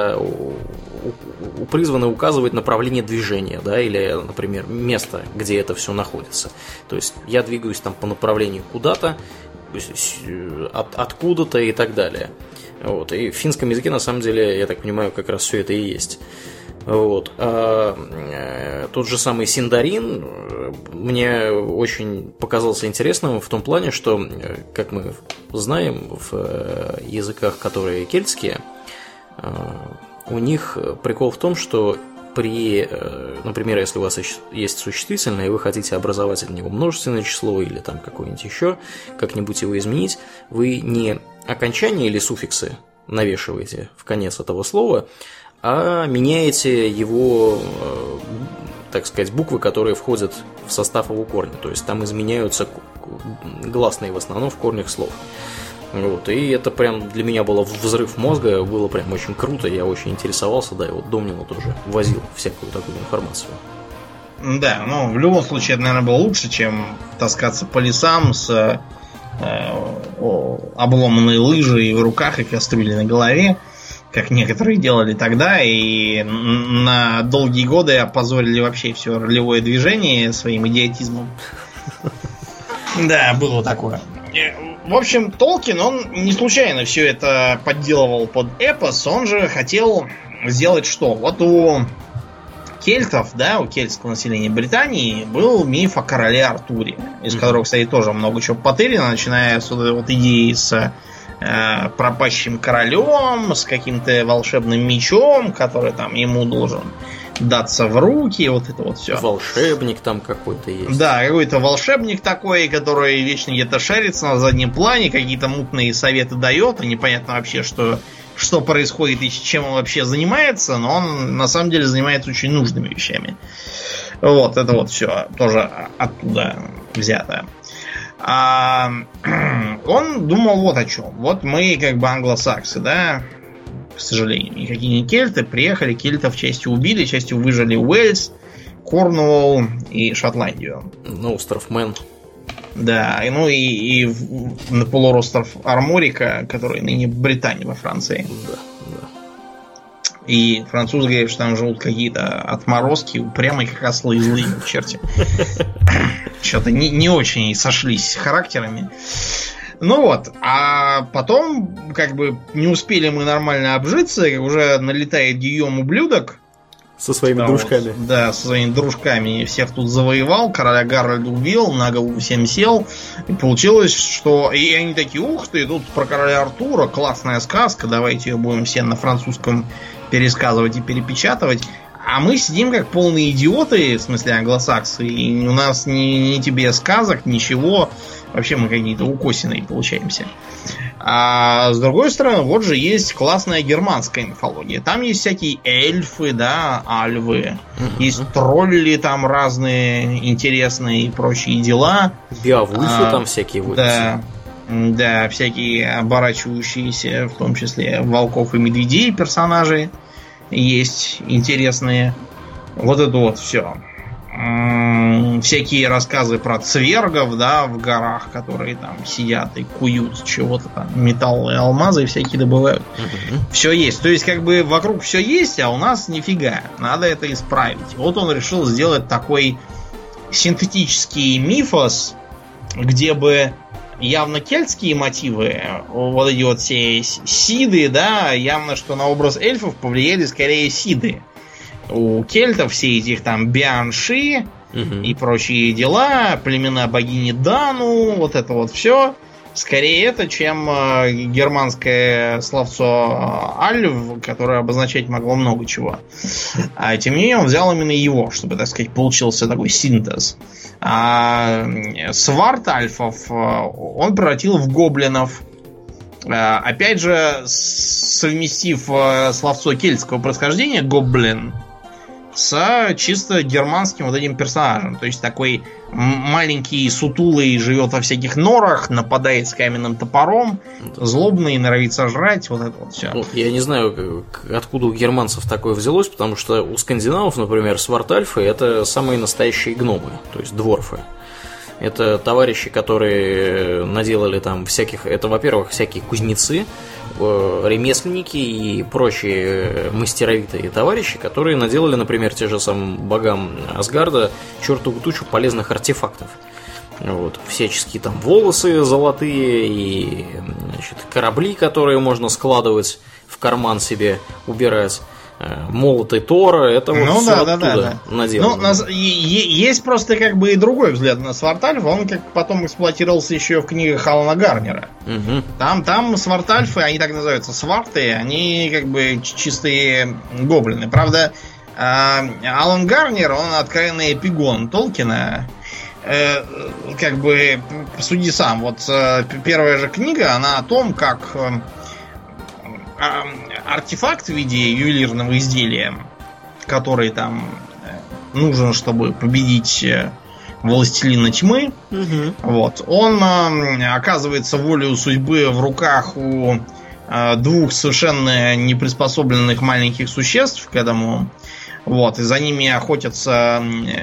указывать направление движения, да, или, например, место, где это все находится. То есть я двигаюсь там по направлению куда-то, откуда-то и так далее. Вот. И в финском языке, на самом деле, я так понимаю, как раз все это и есть. Вот. Тот же самый Синдарин мне очень показался интересным в том плане, что, как мы знаем, в языках, которые кельтские, у них прикол в том, что например, если у вас есть существительное, и вы хотите образовать от него множественное число или там какое-нибудь еще, как-нибудь его изменить, вы не окончание или суффиксы навешиваете в конец этого слова, а меняете его, так сказать, буквы, которые входят в состав его корня. То есть там изменяются гласные в основном в корнях слов. Вот, и это прям для меня было взрыв мозга, было прям очень круто, я очень интересовался, да, и вот Домнину тоже возил всякую такую информацию. Да, ну в любом случае это, наверное, было лучше, чем таскаться по лесам с обломанной лыжей в руках и кастрюлей на голове, как некоторые делали тогда, и на долгие годы опозорили вообще все ролевое движение своим идиотизмом. Да, было такое. В общем, Толкин, он не случайно все это подделывал под эпос, он же хотел сделать что? Вот у кельтов, да, у кельтского населения Британии был миф о короле Артуре, из которого, кстати, тоже много чего потеряно, начиная с вот идеи с пропащим королем, с каким-то волшебным мечом, который там ему должен даться в руки, вот это вот все. Волшебник там какой-то есть. Да, какой-то волшебник такой, который вечно где-то шарится на заднем плане, какие-то мутные советы дает, и непонятно вообще, что происходит и чем он вообще занимается, но он на самом деле занимается очень нужными вещами. Вот, это вот все тоже оттуда взято. Он думал вот о чем. Вот мы как бы англосаксы, да, к сожалению, никакие не кельты, приехали, кельтов частью убили, частью выжили Уэльс, Корнуолл и Шотландию. Ну, остров Мэн. Да, ну и на полуостров Арморика, который ныне Британия во Франции. Да. И французы говорят, что там живут какие-то отморозки, упрямые как ослы и злые черти. Что-то не очень сошлись характерами. Ну вот, а потом, как бы, не успели мы нормально обжиться, как уже налетает Гийом ублюдок. Со своими дружками. Вот, да, со своими дружками. Всех тут завоевал, короля Гарольда убил, на голову всем сел. И получилось, что... И они такие, ух ты, тут про короля Артура, классная сказка, давайте ее будем все на французском пересказывать и перепечатывать. А мы сидим как полные идиоты, в смысле англосаксы, и у нас ни тебе сказок, ничего. Вообще мы какие-то укосиные получаемся. А с другой стороны, вот же есть классная германская мифология. Там есть всякие эльфы, да, альвы. Есть тролли там разные, интересные и прочие дела. Беовульфы там всякие водятся. Да, всякие оборачивающиеся, в том числе волков и медведей персонажи есть интересные. Вот это вот все. Всякие рассказы про цвергов, да, в горах, которые там сидят и куют чего-то там, металлы, алмазы всякие добывают. Все есть. То есть, как бы вокруг все есть, а у нас нифига. Надо это исправить. Вот он решил сделать такой синтетический мифос, где бы явно кельтские мотивы, вот эти вот все сиды, да, явно, что на образ эльфов повлияли скорее сиды. У кельтов все этих там бианши, и прочие дела, племена богини Дану, вот это вот все. Скорее это, чем германское словцо Альв, которое обозначать могло много чего. А тем не менее он взял именно его, чтобы, так сказать, получился такой синтез. А сварт-альфов он превратил в гоблинов. Опять же, совместив словцо кельтского происхождения гоблин с чисто германским вот этим персонажем. То есть такой маленький, сутулый, живет во всяких норах, нападает с каменным топором, злобный, норовит сожрать, вот это вот все. Ну, я не знаю, откуда у германцев такое взялось, потому что у скандинавов, например, сварт-альфы — это самые настоящие гномы, то есть дворфы. Это товарищи, которые наделали там всяких... Это, во-первых, всякие кузнецы, ремесленники и прочие мастеровитые товарищи, которые наделали, например, те же самым богам Асгарда чертову тучу полезных артефактов. Вот, всяческие там волосы золотые и, значит, корабли, которые можно складывать в карман себе, убирать. Молоты Тора, это вот все оттуда наделано. Ну, есть просто как бы и другой взгляд на сварт-альфа. Он как потом эксплуатировался еще в книгах Алана Гарнера. Там сварт-альфы, они так называются, сварты, они как бы чистые гоблины. Правда, Алан Гарнер, он откровенный эпигон Толкина. Как бы, посуди сам, вот первая же книга, она о том, как артефакт в виде ювелирного изделия, который там нужен, чтобы победить властелина тьмы, вот, он оказывается волею судьбы в руках у двух совершенно неприспособленных маленьких существ к этому. Вот, и за ними охотятся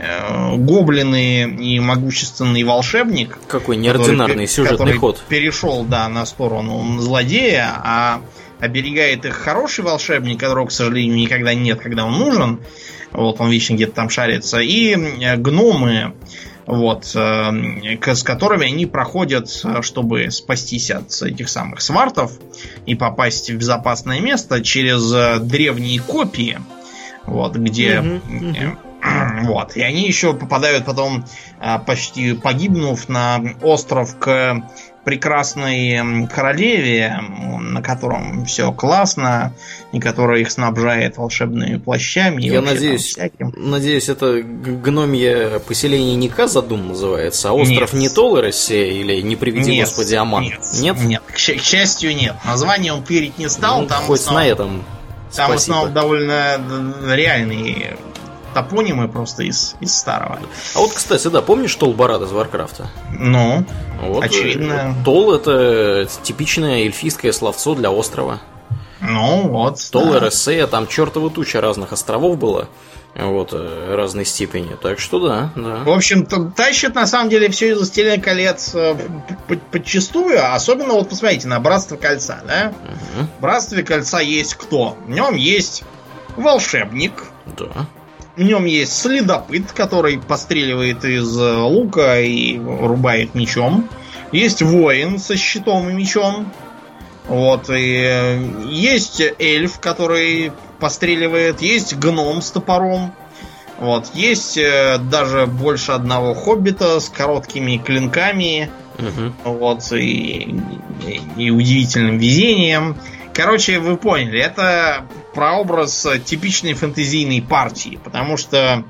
гоблины и могущественный волшебник. Какой неординарный сюжетный ход. Перешел, да, на сторону злодея, а оберегает их хороший волшебник, которого, к сожалению, никогда нет, когда он нужен. Вот, он вечно где-то там шарится. И гномы, вот, с которыми они проходят, чтобы спастись от этих самых свартов и попасть в безопасное место через древние копии. Вот, где... Вот. И они еще попадают потом, почти погибнув, на остров к прекрасной королеве, на котором все классно, и которая их снабжает волшебными плащами. Я надеюсь, это гномье поселение не Казадум называется, а остров не Толеросе или не приведи Господи Аман? Нет. К счастью, нет. Название он переть не стал. Ну, там хоть на этом. Там в основном довольно реальные топонимы просто из старого. А вот, кстати, да, помнишь Толбарад из Варкрафта? Ну, вот, очевидно. Тол — это типичное эльфийское словцо для острова. Ну, вот. Тол, Эресея, там чертова туча разных островов было. Вот, разной степени. Так что да. В общем, тащит на самом деле все из «Властелина колец» подчистую. Особенно вот посмотрите на Братство Кольца, да? В Братстве Кольца есть кто? В нем есть волшебник. Да. В нем есть следопыт, который постреливает из лука и рубает мечом. Есть воин со щитом и мечом. Вот, и есть эльф, который постреливает, есть гном с топором. Вот, есть даже больше одного хоббита с короткими клинками. Вот, и удивительным везением. Короче, вы поняли, это прообраз типичной фэнтезийной партии, потому что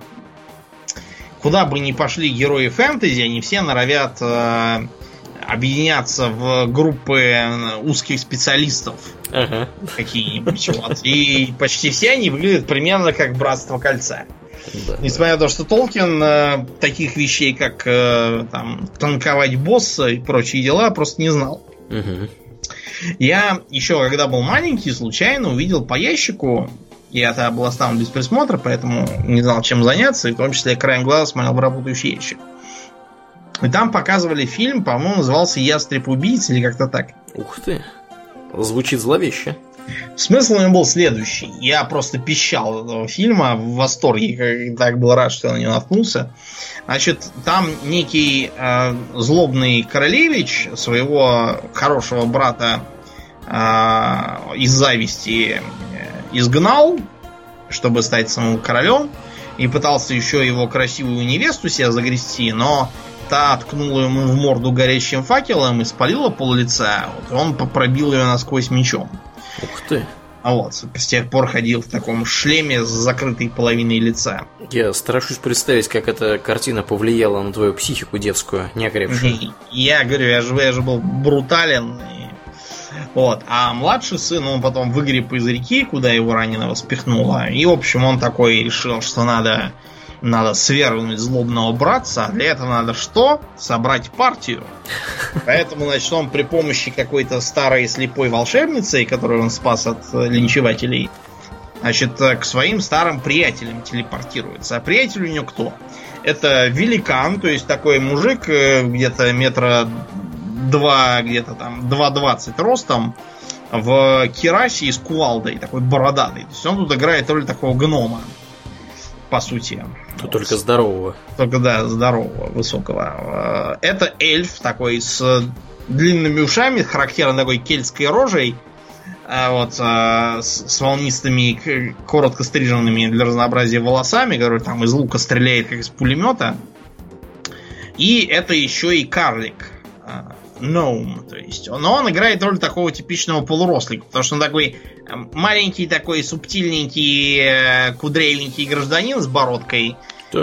куда бы ни пошли герои фэнтези, они все норовят объединяться в группы узких специалистов какие-нибудь. Вот. И почти все они выглядят примерно как Братство Кольца. Да, несмотря на то, что Толкин таких вещей, как там танковать босса и прочие дела, просто не знал. Я еще, когда был маленький, случайно увидел по ящику. Я тогда был оставлен без присмотра, поэтому не знал, чем заняться. И в том числе краем глаза смотрел в работающий ящик. И там показывали фильм, по-моему, назывался «Ястреб-убийца» или как-то так. Ух ты, звучит зловеще. Смысл у него был следующий. Я просто пищал от этого фильма в восторге, так был рад, что я на него наткнулся. Значит, там некий злобный королевич своего хорошего брата из зависти изгнал, чтобы стать самым королем. и пытался еще его красивую невесту себе загрести, но та ткнула ему в морду горящим факелом и спалила пол-лица. Вот, он пробил ее насквозь мечом. Ух ты. А вот, с тех пор ходил в таком шлеме с закрытой половиной лица. Я страшусь представить, как эта картина повлияла на твою психику детскую, неокрепшую. Я говорю, я же был брутален. Вот. А младший сын, он потом выгреб из реки, куда его раненого спихнуло. И, в общем, он такой решил, что надо свергнуть злобного братца. А для этого надо что? Собрать партию. Поэтому, значит, он при помощи какой-то старой слепой волшебницы, которую он спас от линчевателей, значит, к своим старым приятелям телепортируется. А приятель у него кто? Это великан, то есть такой мужик где-то метра 2, где-то там 2,20 ростом, в керасе и с кувалдой, такой бородатый. То есть он тут играет роль такого гнома, по сути. Вот. Только здорового. Только, да, здорового, высокого. Это эльф такой с длинными ушами, характерной такой кельтской рожей, вот, с волнистыми, коротко стриженными для разнообразия волосами, который там из лука стреляет, как из пулемета. И это еще и карлик. Ноум, то есть. Но он играет роль такого типичного полурослика, потому что он такой маленький, такой субтильненький, кудрявенький гражданин с бородкой,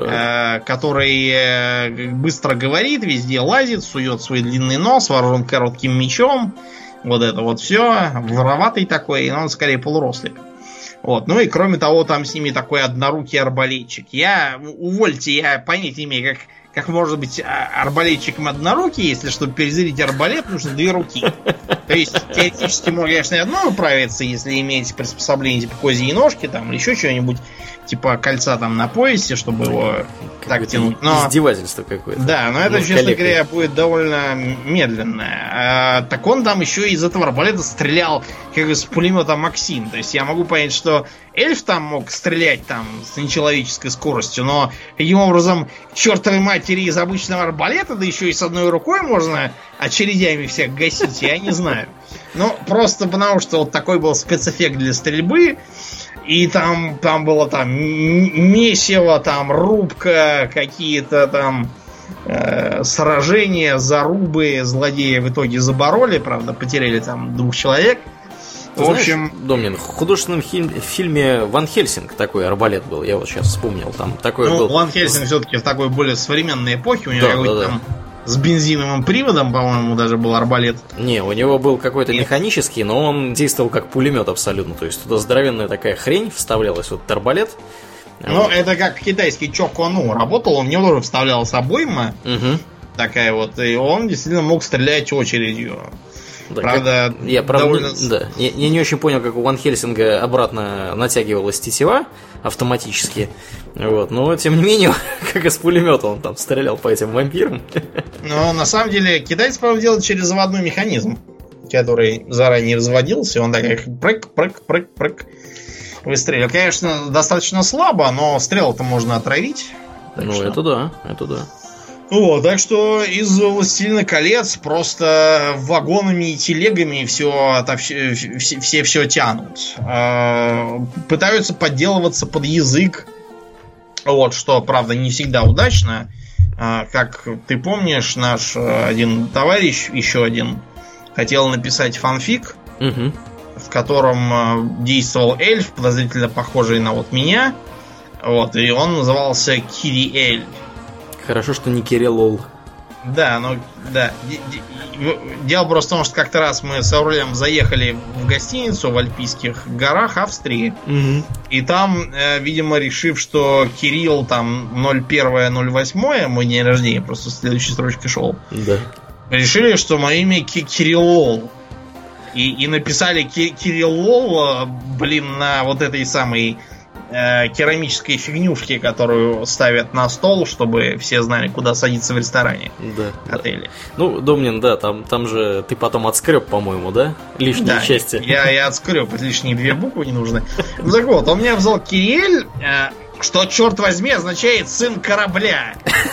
который быстро говорит, везде лазит, сует свой длинный нос, вооружен коротким мечом. Вот это вот все. Вороватый такой, но он скорее полурослик. Вот. Ну и кроме того, там с ними такой однорукий арбалетчик. Увольте, я понятия не имею, как может быть арбалетчиком однорукий, если чтобы перезарядить арбалет, нужно 2 руки. То есть, теоретически можно, конечно, и одно управиться, если иметь приспособление типа козьей ножки там, или еще что-нибудь, типа кольца там на поясе, чтобы его так тянуть. Но издевательство какое-то. Да, но это, честно говоря, будет довольно медленно. Так он там еще из этого арбалета стрелял, как из пулемета Максим. То есть я могу понять, что эльф там мог стрелять там с нечеловеческой скоростью, но каким образом чертовой матери из обычного арбалета, да еще и с одной рукой можно очередями всех гасить, я не знаю. Ну, просто потому, что вот такой был спецэффект для стрельбы. И там было там месиво, там рубка, какие-то там сражения, зарубы, злодеи в итоге забороли, правда, потеряли там 2 человек. Ты в общем, знаешь, Домнин, в художественном фильме Ван Хельсинг такой арбалет был, я вот сейчас вспомнил, там такой был. Ван Хельсинг все-таки в такой более современной эпохе, у него какой-то там с бензиновым приводом, по-моему, даже был арбалет. Не, у него был какой-то механический, но он действовал как пулемет абсолютно. То есть туда здоровенная такая хрень вставлялась, вот арбалет. Ну, это как китайский Чокону работал, он в него тоже вставлялась обойма. Такая вот, и он действительно мог стрелять очередью. Да, правда, я не очень понял, как у Ван Хельсинга обратно натягивалась тетива автоматически. Вот, но тем не менее, как из пулемета он там стрелял по этим вампирам. Но на самом деле китайцы, по-моему, делают через заводной механизм, который заранее взводился, и он так прыг выстреливал. Конечно, достаточно слабо, но стрел-то можно отравить. Это да. Вот, так что из «Властелина колец» просто вагонами и телегами все тянут. Пытаются подделываться под язык. Вот, что, правда, не всегда удачно. Как ты помнишь, наш один товарищ, еще один, хотел написать фанфик, в котором действовал эльф, подозрительно похожий на вот меня. Вот, и он назывался Кириэль. Хорошо, что не Кириллол. Да, ну, да. Дело просто в том, что как-то раз мы с Аурелем заехали в гостиницу в Альпийских горах Австрии. И там, видимо, решив, что Кирилл там 01.08, мой день рождения, просто следующей строчкой шел. Да. Решили, что мое имя Кириллол. И написали Кириллол, на вот этой самой керамической фигнюшки, которую ставят на стол, чтобы все знали, куда садиться в ресторане. Отеле. Ну, Домнин, да, там же ты потом отскреб, по-моему, да? Лишние части. Я отскреб, лишние 2 буквы не нужны. Ну так вот, он меня взял Кириэль, что, черт возьми, означает сын корабля.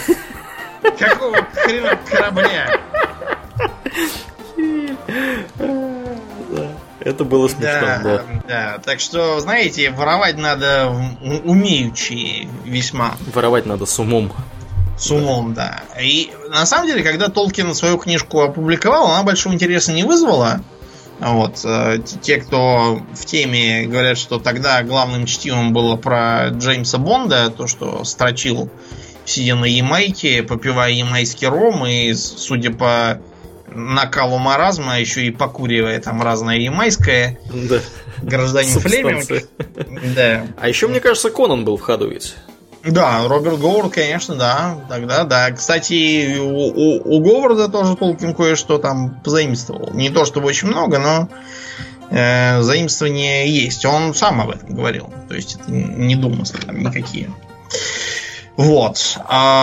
Какого хрена корабля? Это было смешно, да. Да, так что, знаете, воровать надо умеючи весьма. Воровать надо с умом. С умом, да. И на самом деле, когда Толкин свою книжку опубликовал, она большого интереса не вызвала. Вот. Те, кто в теме, говорят, что тогда главным чтивом было про Джеймса Бонда, то, что строчил, сидя на Ямайке, попивая ямайский ром, и, судя по накалу маразма, еще и покуривая там разное ямайское. Да. Гражданин Флеминг. Да. А еще, мне кажется, Конан был в ходу ведь. Да, Роберт Говард, конечно, да. Тогда, да. Кстати, у Говарда тоже Толкин кое-что там позаимствовал. Не то чтобы очень много, но заимствования есть. Он сам об этом говорил. То есть это не домыслы там никакие. Вот.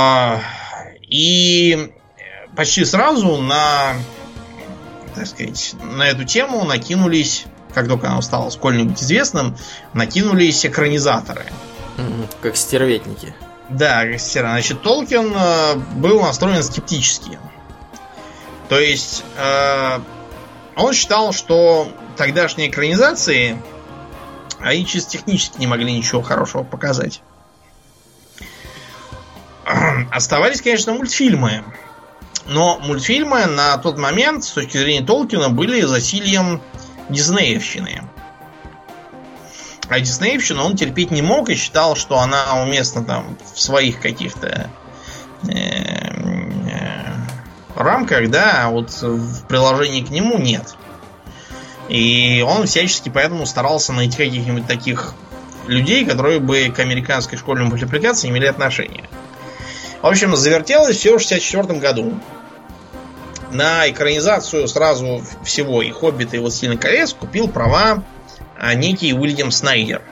И почти сразу на, так сказать, на эту тему накинулись, как только оно стало сколь-нибудь известным, накинулись экранизаторы. Как стервятники. Да, как стервятники. Значит, Толкин был настроен скептически. То есть он считал, что тогдашние экранизации, они чисто технически не могли ничего хорошего показать. Оставались, конечно, мультфильмы. Но мультфильмы на тот момент, с точки зрения Толкина, были засильем диснеевщины. А диснеевщину он терпеть не мог и считал, что она уместна там в своих каких-то рамках, да, а вот в приложении к нему нет. И он всячески поэтому старался найти каких-нибудь таких людей, которые бы к американской школьной мультипликации имели отношение. В общем, завертелось все в 1964 году. На экранизацию сразу всего и «Хоббита», и «Властелина колец» купил права некий Уильям Снайдер.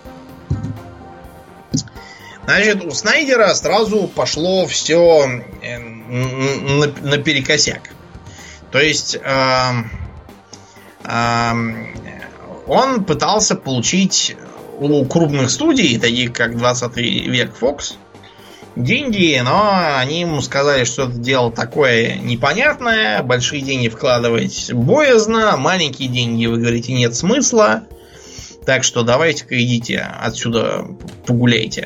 Значит, у Снайдера сразу пошло все наперекосяк. То есть он пытался получить у крупных студий, таких как 20 век Fox, деньги, но они ему сказали, что это дело такое непонятное, большие деньги вкладывать боязно, маленькие деньги, вы говорите, нет смысла, так что давайте-ка идите отсюда, погуляйте.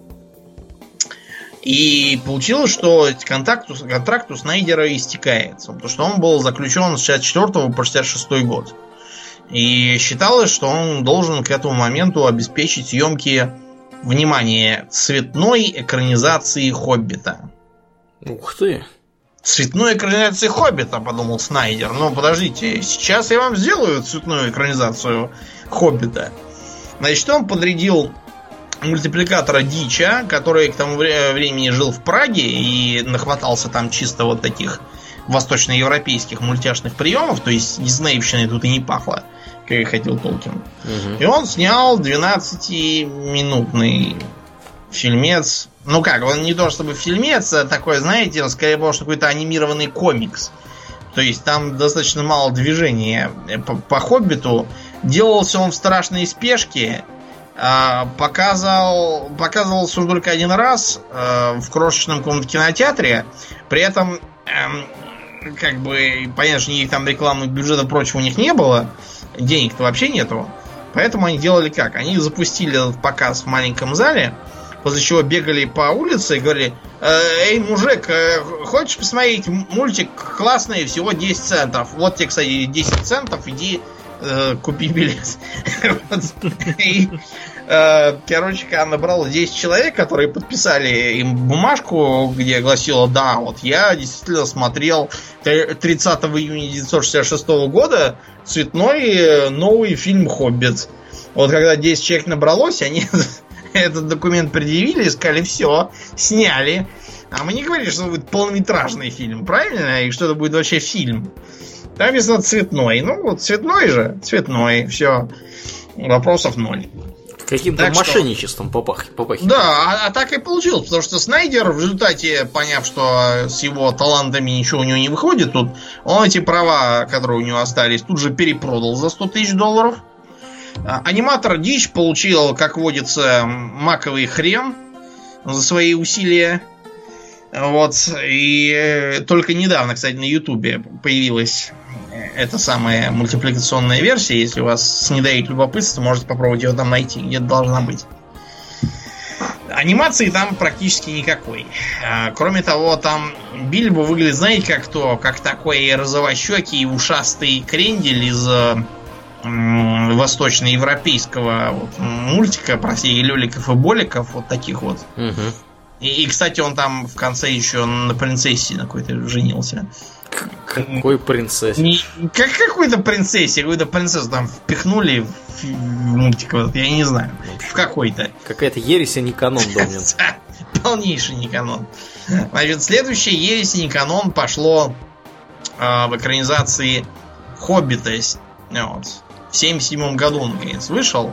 И получилось, что контракт у Снайдера истекается, потому что он был заключен с 64 по 66 год. И считалось, что он должен к этому моменту обеспечить съемки, внимание, цветной экранизации «Хоббита». Ух ты! Цветной экранизации «Хоббита», подумал Снайдер. Ну, подождите, сейчас я вам сделаю цветную экранизацию «Хоббита». Значит, он подрядил мультипликатора Дича, который к тому времени жил в Праге и нахватался там чисто вот таких восточноевропейских мультяшных приемов, то есть диснеевщиной тут и не пахло, как и хотел Толкин. И он снял 12-минутный фильмец. Ну как, он не то чтобы фильмец, а такой, знаете, он скорее больше какой-то анимированный комикс. То есть там достаточно мало движения по Хоббиту. Делался он в страшной спешке. Показывался он только один раз в крошечном каком-то кинотеатре. При этом, как бы, понятно, что никаких там рекламных бюджетов и прочего у них не было. Денег-то вообще нету. Поэтому они делали как? Они запустили этот показ в маленьком зале, после чего бегали по улице и говорили: эй, мужик, хочешь посмотреть мультик классный, всего 10 центов. Вот тебе, кстати, 10 центов, иди купи билет. И, короче, набрал 10 человек, которые подписали им бумажку, где гласило: да, вот я действительно смотрел 30 июня 1966 года цветной новый фильм «Хоббит». Вот когда 10 человек набралось, они этот документ предъявили и сказали: все, сняли. А мы не говорили, что это будет полнометражный фильм, правильно? И что это будет вообще фильм. Там написано «цветной». Ну вот цветной же, цветной, все. Вопросов ноль. Каким-то так мошенничеством попахивает. Да, а так и получилось, потому что Снайдер в результате, поняв, что с его талантами ничего у него не выходит тут, он эти права, которые у него остались, тут же перепродал за $100 тысяч. Аниматор Дич получил, как водится, маковый хрен за свои усилия. Вот. И только недавно, кстати, на Ютубе появилось эта самая мультипликационная версия. Если у вас снедает любопытство, можете попробовать ее там найти. Где-то должна быть. Анимации там практически никакой. Кроме того, там Бильбо выглядит, знаете, как кто? Как такой розовощекий ушастый крендель из восточноевропейского мультика про всех лёликов и боликов. Вот таких вот. Угу. И, кстати, он там в конце еще на принцессе на какой-то женился. Какой принцессе? Как какой-то принцессе. Какую-то принцессу там впихнули в мультик. Вот, я не знаю. В какой-то. Какая-то ересь, а не канон, Домнин. Полнейший не канон. Значит, следующее ересь и не канон пошло в экранизации Хоббита. Вот. В 1977 году, наконец, вышел.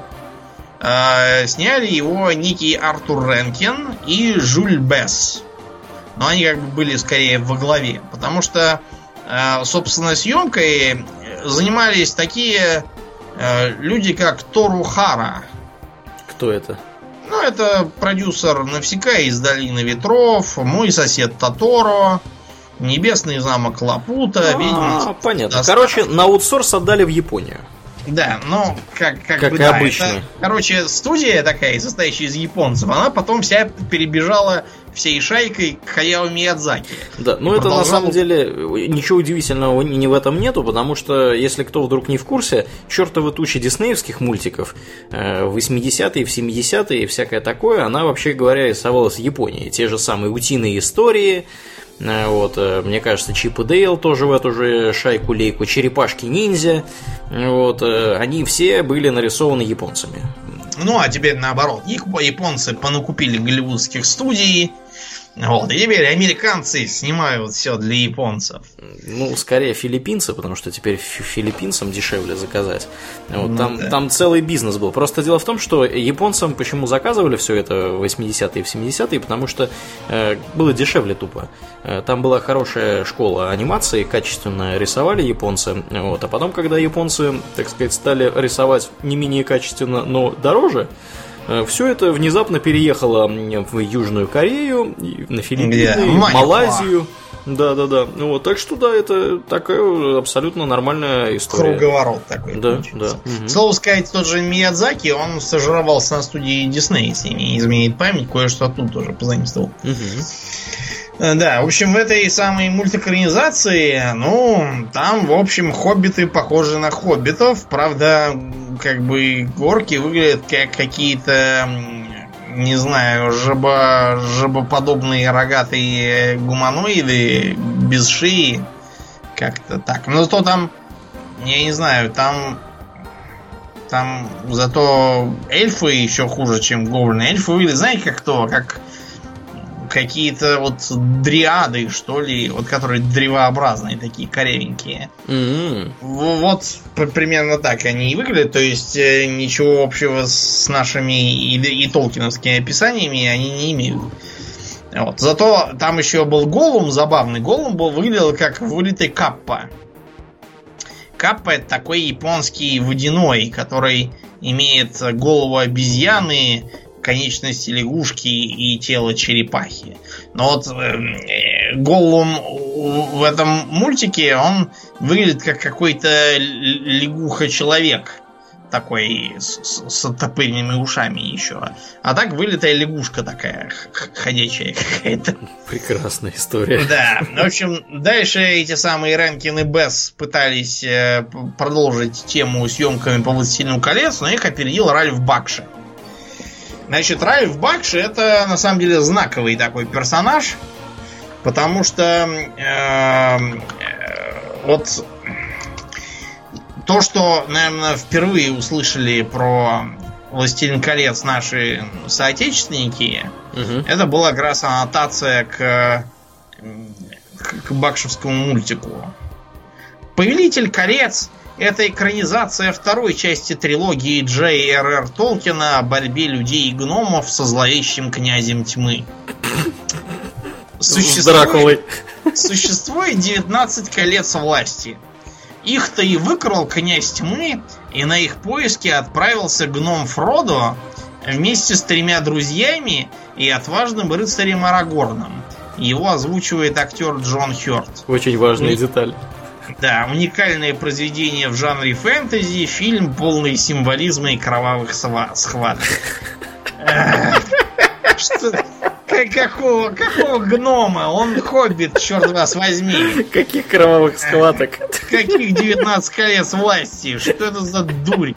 Сняли его некий Артур Ренкин и Жюль Бесс. Но они как бы были скорее во главе. Потому что, собственно, съемкой занимались такие люди, как Тору Хара. Кто это? Ну, это продюсер Навсекая из Долины Ветров, Мой сосед Тоторо, Небесный замок Лапута, Ведьма. Понятно. Короче, на аутсорс отдали в Японию. Да, ну, как бы, и да, обычно. Это, короче, студия такая, состоящая из японцев, она потом вся перебежала всей шайкой к Хаяо Миядзаки. Да, ну это на самом деле ничего удивительного не в этом нету, потому что, если кто вдруг не в курсе, чертовы тучи диснеевских мультиков в 80-е, в 70-е и всякое такое, она, вообще говоря, рисовалась в Японии. Те же самые утиные истории. Вот, мне кажется, Чип и Дейл тоже в эту же шайку-лейку, черепашки-ниндзя. Вот, они все были нарисованы японцами. Ну, а теперь наоборот. Японцы понакупили голливудских студий. Вот, и теперь американцы снимают все для японцев. Ну, скорее филиппинцы, потому что теперь филиппинцам дешевле заказать. Вот, ну, там целый бизнес был. Просто дело в том, что японцам почему заказывали все это в 80-е и в 70-е, потому что было дешевле тупо. Там была хорошая школа анимации, качественно рисовали японцы. Вот, а потом, когда японцы, так сказать, стали рисовать не менее качественно, но дороже, все это внезапно переехало в Южную Корею, на Филиппины, Малайзию. Да. Вот, так что да, это такая абсолютно нормальная история. Круговорот такой. Да. К слову сказать, тот же Миядзаки, он стажировался на студии Дисней, если не изменяет память, кое-что оттуда тоже позаимствовал. Да, в общем, в этой самой мультиэкранизации, ну, там, в общем, хоббиты похожи на хоббитов. Правда, как бы орки выглядят как какие-то, не знаю, жабоподобные рогатые гуманоиды без шеи. Как-то так. Но зато там, я не знаю, там зато эльфы еще хуже, чем гоблины. Эльфы выглядят, знаете, как кто? Как какие-то вот дриады, что ли, вот которые древообразные, такие корявенькие. Вот примерно так они и выглядят. То есть ничего общего с нашими и толкиновскими описаниями они не имеют. Вот. Зато там еще был Голлум забавный. Голлум выглядел как вылитый Каппа. Каппа — это такой японский водяной, который имеет голову обезьяны, конечности лягушки и тело черепахи. Но вот Голлум в этом мультике, он выглядит как какой-то лягуха-человек. Такой с оттопыренными ушами еще. А так вылитая лягушка такая, ходячая какая-то. Прекрасная история. Да, в общем, дальше эти самые Ренкин и Бесс пытались продолжить тему съемками по «Властелину колец», но их опередил Ральф Бакши. Значит, Ральф Бакши — это на самом деле знаковый такой персонаж, потому что вот то, что, наверное, впервые услышали про «Властелин колец» наши соотечественники, это была как раз аннотация к бакшевскому мультику. «Повелитель колец» — это экранизация второй части трилогии Джей.Р.Р. Толкина о борьбе людей и гномов со зловещим князем тьмы. Существует 19 колец власти. Их-то и выкрал князь тьмы, и на их поиски отправился гном Фродо вместе с 3 друзьями и отважным рыцарем Арагорном. Его озвучивает актер Джон Хёрд. Очень важная деталь. Да, уникальное произведение в жанре фэнтези, фильм полный символизма и кровавых схваток. Что? Какого гнома? Он хоббит, черт вас возьми. Каких кровавых схваток? Каких 19 колец власти? Что это за дурь?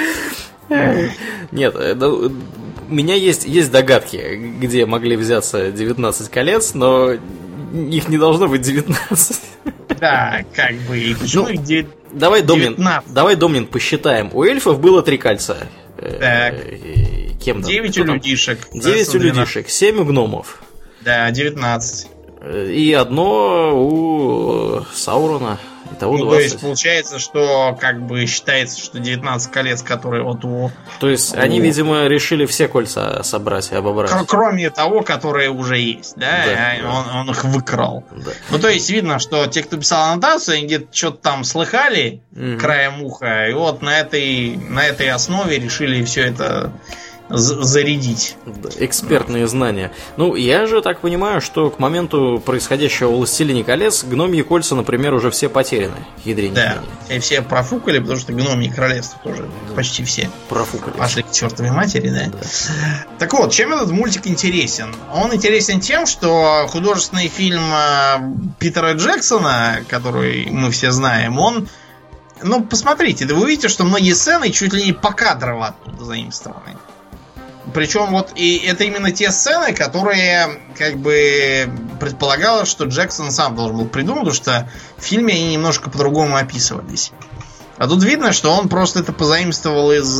Нет, у меня есть догадки, где могли взяться 19 колец, но их не должно быть 19. Да, как бы. И почему их 19? Давай, Домнин, посчитаем. У эльфов было 3 кольца. Так. Кем там? 9 у людишек. 9 у людишек, 7 у гномов. Да, 19. И одно у Саурона. Итого 20. То есть получается, что как бы считается, что 19 колец, которые вот у... То есть они, видимо, решили все кольца собрать и обобрать. Кроме того, которые уже есть, да? Он их выкрал. Да. Ну, то есть видно, что те, кто писал аннотацию, они где-то что-то там слыхали краем уха, и вот на этой основе решили все это зарядить. Да, экспертные знания. Ну, я же так понимаю, что к моменту происходящего в «Властелине колец» гномьи кольца, например, уже все потеряны. Да, все профукали, потому что гномьи королевства тоже почти все профукали. Пошли к чертовой матери, да? Так вот, чем этот мультик интересен? Он интересен тем, что художественный фильм Питера Джексона, который мы все знаем, он... Ну, посмотрите, да вы увидите, что многие сцены чуть ли не покадрово оттуда заимствованы. Причем вот и это именно те сцены, которые как бы предполагалось, что Джексон сам должен был придумать, потому что в фильме они немножко по-другому описывались. А тут видно, что он просто это позаимствовал из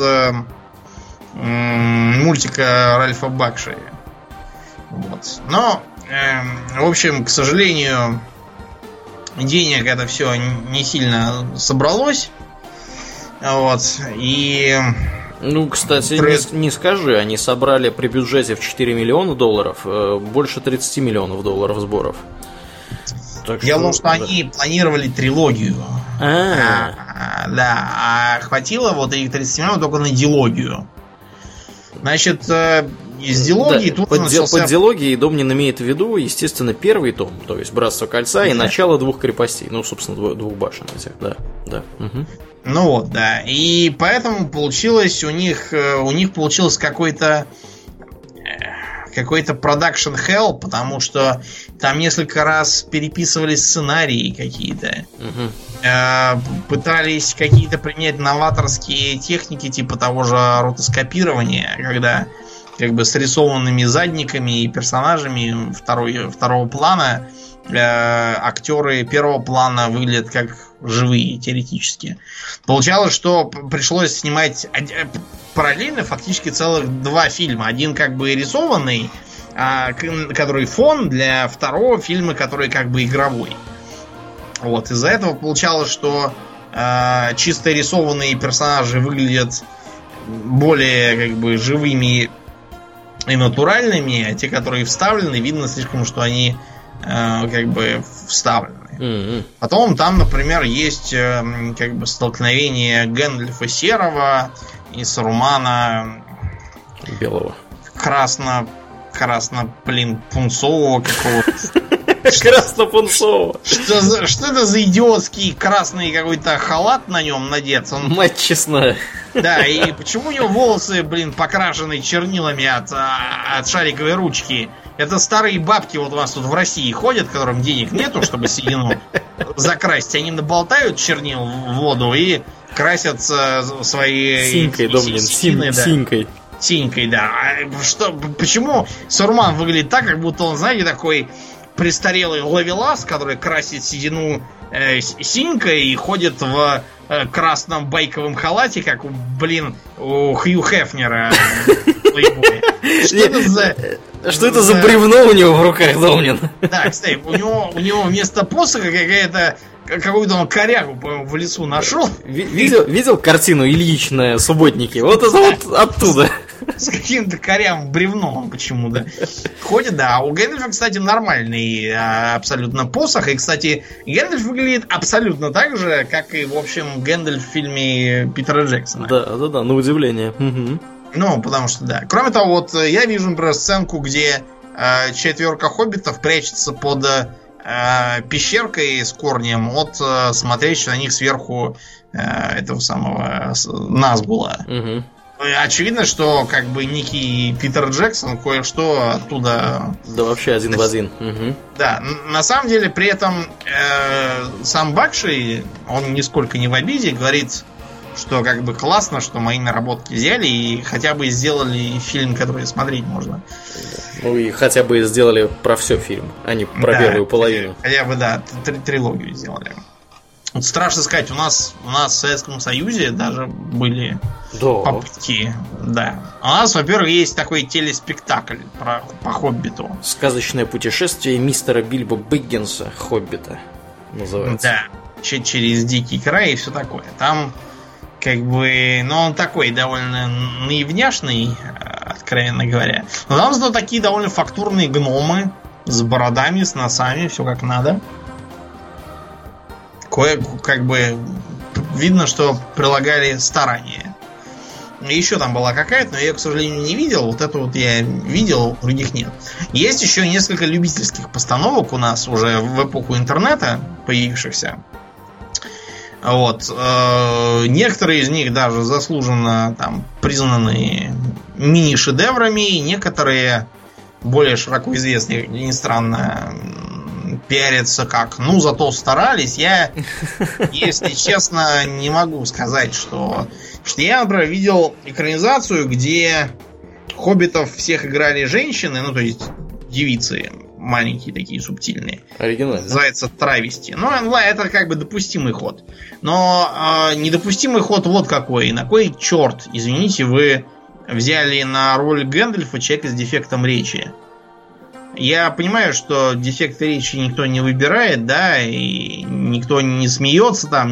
мультика Ральфа Бакши. Вот. Но, в общем, к сожалению, денег это все не сильно собралось. Вот. И... Ну, кстати, не скажи, они собрали при бюджете в $4 миллиона больше 30 миллионов долларов сборов. Я думал, что они планировали трилогию. Да, а хватило вот этих 30 миллионов только на дилогию. Значит, из дилогии тут начался... Под дилогией Домнин имеет в виду, естественно, первый том, то есть «Братство кольца» и начало 2 крепостей. Ну, собственно, 2 башен этих, да. Угу. Ну вот, да. И поэтому получилось у них получился какой-то production hell, потому что там несколько раз переписывались сценарии какие-то. Пытались какие-то применять новаторские техники, типа того же ротоскопирования, когда как бы с рисованными задниками и персонажами второго плана актеры первого плана выглядят как живые, теоретически. Получалось, что пришлось снимать параллельно фактически целых 2 фильма. Один как бы рисованный, который фон, для второго фильма, который как бы игровой. Вот. Из-за этого получалось, что чисто рисованные персонажи выглядят более как бы живыми и натуральными, а те, которые вставлены, видно слишком, что они как бы вставлены. Потом там, например, есть как бы столкновение Гэндальфа Серого и Сарумана Белого. Пунцового какого-то. Красно-пунцового. Что это за идиотский красный какой-то халат на нем надет? Мать честная. Да, и почему у него волосы, покрашены чернилами от шариковой ручки? Это старые бабки вот у вас тут в России ходят, которым денег нету, чтобы седину закрасить. Они наболтают чернил в воду и красят свои... Синькой, Домнин, синькой. Синькой, да. Почему Саруман выглядит так, как будто он, знаете, такой престарелый ловелас, который красит седину синькой и ходит в красном байковом халате, как у Хью Хефнера. Что это за бревно у него в руках, Домнин? Да, кстати, у него вместо посоха какую-то он корягу, по-моему, в лесу нашел. Видел картину Ильич на Субботнике? Вот это вот оттуда. С каким-то корявым бревном почему-то ходит, да. У Гэндальфа, кстати, нормальный абсолютно посох. И, кстати, Гэндальф выглядит абсолютно так же, как и, в общем, Гэндальф в фильме Питера Джексона. Да, на удивление. Ну, потому что, да. Кроме того, вот я вижу, например, сценку, где 4 хоббитов прячется под пещеркой с корнем от смотрящего на них сверху этого самого Назгула. Угу. Очевидно, что как бы некий Питер Джексон кое-что оттуда... Да вообще один в один. Угу. Да, на самом деле при этом сам Бакши, он нисколько не в обиде, говорит, что как бы классно, что мои наработки взяли и хотя бы сделали фильм, который смотреть можно. Ну и хотя бы сделали про все фильм, а не про первую половину. Хотя бы, да, трилогию сделали. Вот страшно сказать, у нас в Советском Союзе даже были попытки. Да. У нас, во-первых, есть такой телеспектакль по Хоббиту. «Сказочное путешествие мистера Бильбо Бэггинса, Хоббита» называется. Да. Через дикий край и все такое. Там как бы, ну, он такой довольно наивняшный, откровенно говоря. Но там зато такие довольно фактурные гномы с бородами, с носами, все как надо. Как бы видно, что прилагали старания. Еще там была какая-то, но я ее, к сожалению, не видел. Вот эту вот я видел, других нет. Есть еще несколько любительских постановок у нас уже в эпоху интернета появившихся. Вот. Некоторые из них даже заслуженно там признаны мини-шедеврами, некоторые более широко известные, не странно, пиарятся как «ну, зато старались». Я, если честно, не могу сказать, что я, например, видел экранизацию, где хоббитов всех играли женщины, ну, то есть девицы маленькие такие, субтильные. Оригинально. Называется травести. Ну, это как бы допустимый ход. Но недопустимый ход вот какой. На кой черт, извините, вы взяли на роль Гэндальфа человека с дефектом речи? Я понимаю, что дефект речи никто не выбирает, да, и никто не смеется там,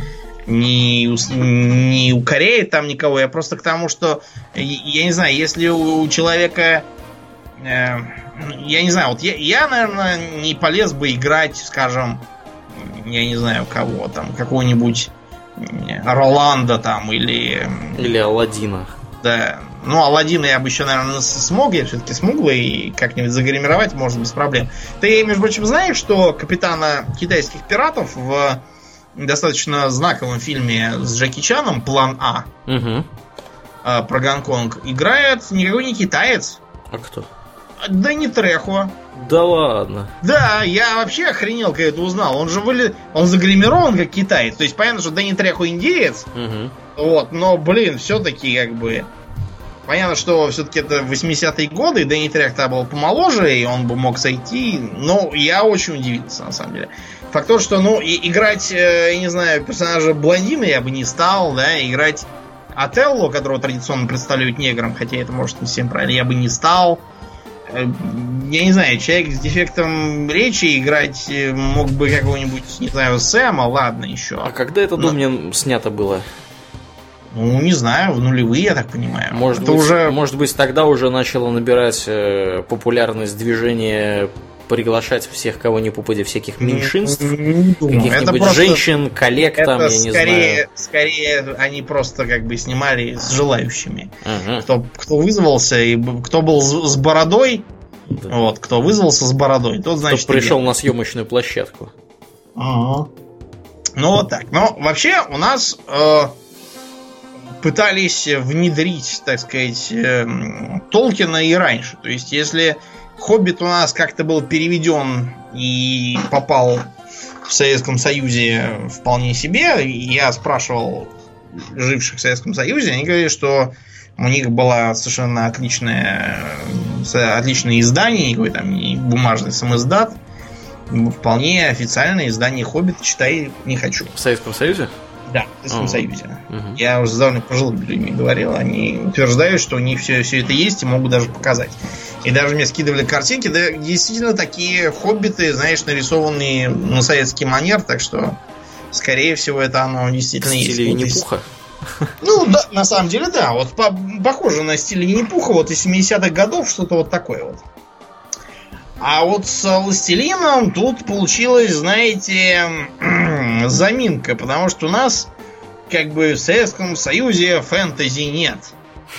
не укоряет там никого. Я просто к тому, что, я не знаю, если у человека... я не знаю, вот я, наверное, не полез бы играть, скажем, я не знаю кого там, какого-нибудь Роланда там, или Аладдина. Да. Ну, Аладдина я бы еще, наверное, смог. Я все-таки смог и как-нибудь загримировать, может, без проблем. Ты, между прочим, знаешь, что капитана китайских пиратов в достаточно знаковом фильме с Джеки Чаном «План А» про Гонконг играет никакой не китаец. А кто? Дэнни Трехо. Да ладно. Да, я вообще охренел, когда это узнал. Он же он загримирован как китаец. То есть понятно, что Дэнни Трехо индеец. Вот, но, блин, все-таки как бы... Понятно, что все-таки это 80-е годы, Дэнни Трехо был помоложе, и он бы мог сойти. Но я очень удивился, на самом деле. Факт то, что, ну, играть, я не знаю, персонажа блондина я бы не стал, да, играть Отелло, которого традиционно представляют неграм, хотя это может не всем правильно, я бы не стал. Я не знаю, человек с дефектом речи играть мог бы какого-нибудь, не знаю, Сэма, ладно еще. А когда это, думаю, снято было? Ну, не знаю, в нулевые, я так понимаю. Может быть, тогда уже начало набирать популярность движение приглашать всех, кого не попадя, всяких меньшинств, каких-нибудь женщин, коллег там, я не знаю. Скорее, они просто как бы снимали с желающими. Кто вызвался, и кто был с бородой, вот, кто вызвался с бородой, тот, значит, кто пришел на съемочную площадку. Ну, вот так. Но вообще у нас пытались внедрить, так сказать, Толкина и раньше. То есть, если Хоббит у нас как-то был переведен и попал в Советском Союзе вполне себе, я спрашивал живших в Советском Союзе, они говорили, что у них было совершенно отличное издание, никакой там не бумажный самоиздат, вполне официальное издание Хоббита, читай, не хочу. В Советском Союзе? Да, в Советском Союзе. Я уже с довольно пожилыми людьми говорил, они утверждают, что у них все это есть и могут даже показать. И даже мне скидывали картинки, да, действительно такие хоббиты, знаешь, нарисованные на советский манер, так что, скорее всего, это оно действительно есть. Стиль Винни-Пуха? Ну, да, на самом деле, да. Вот похоже на стиль Винни-Пуха, вот из 70-х годов, что-то вот такое вот. А вот с «Властелином» тут получилась, знаете, заминка, потому что у нас, как бы, в Советском Союзе фэнтези нет.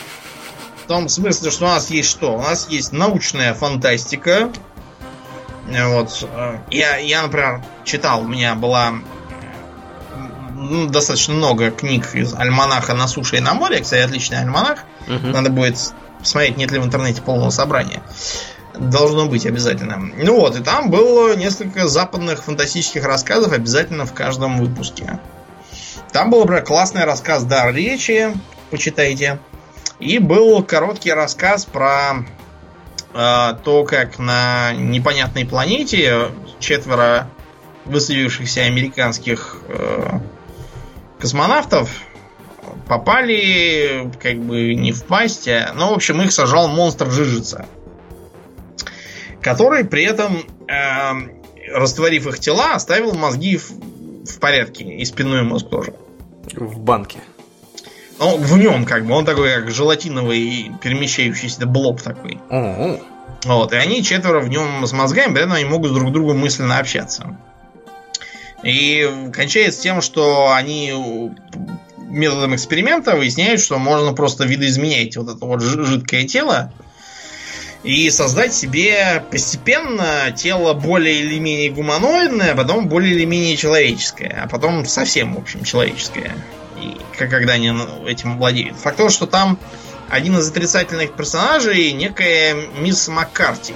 В том смысле, что у нас есть что? У нас есть научная фантастика, Вот. Я, например, читал, у меня была достаточно много книг из альманаха «На суше и на море». Кстати, отличный альманах. Надо будет посмотреть, нет ли в интернете полного собрания. Должно быть обязательно. Ну вот, и там было несколько западных фантастических рассказов обязательно в каждом выпуске. Там был, например, классный рассказ «Дар речи», почитайте. И был короткий рассказ про то, как на непонятной планете 4 высадившихся американских космонавтов попали как бы не в пасть, но, в общем, их сожрал монстр Жижица, который при этом, растворив их тела, оставил мозги в порядке, и спинной мозг тоже. В банке. Ну, в нем как бы, он такой как желатиновый перемещающийся блоб такой. Вот, и они 4 в нем с мозгами, при этом они могут друг с другом мысленно общаться. И кончается тем, что они методом эксперимента выясняют, что можно просто видоизменять вот это вот жидкое тело и создать себе постепенно тело более или менее гуманоидное, а потом более или менее человеческое, а потом совсем, в общем, человеческое. И когда они этим владеют. Факт в том, что там один из отрицательных персонажей некая мисс Маккарти,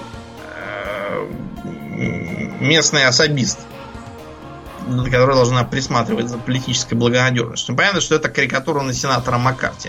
местный особист, которая должна присматривать за политической благонадежностью. Ну, понятно, что это карикатура на сенатора Маккарти.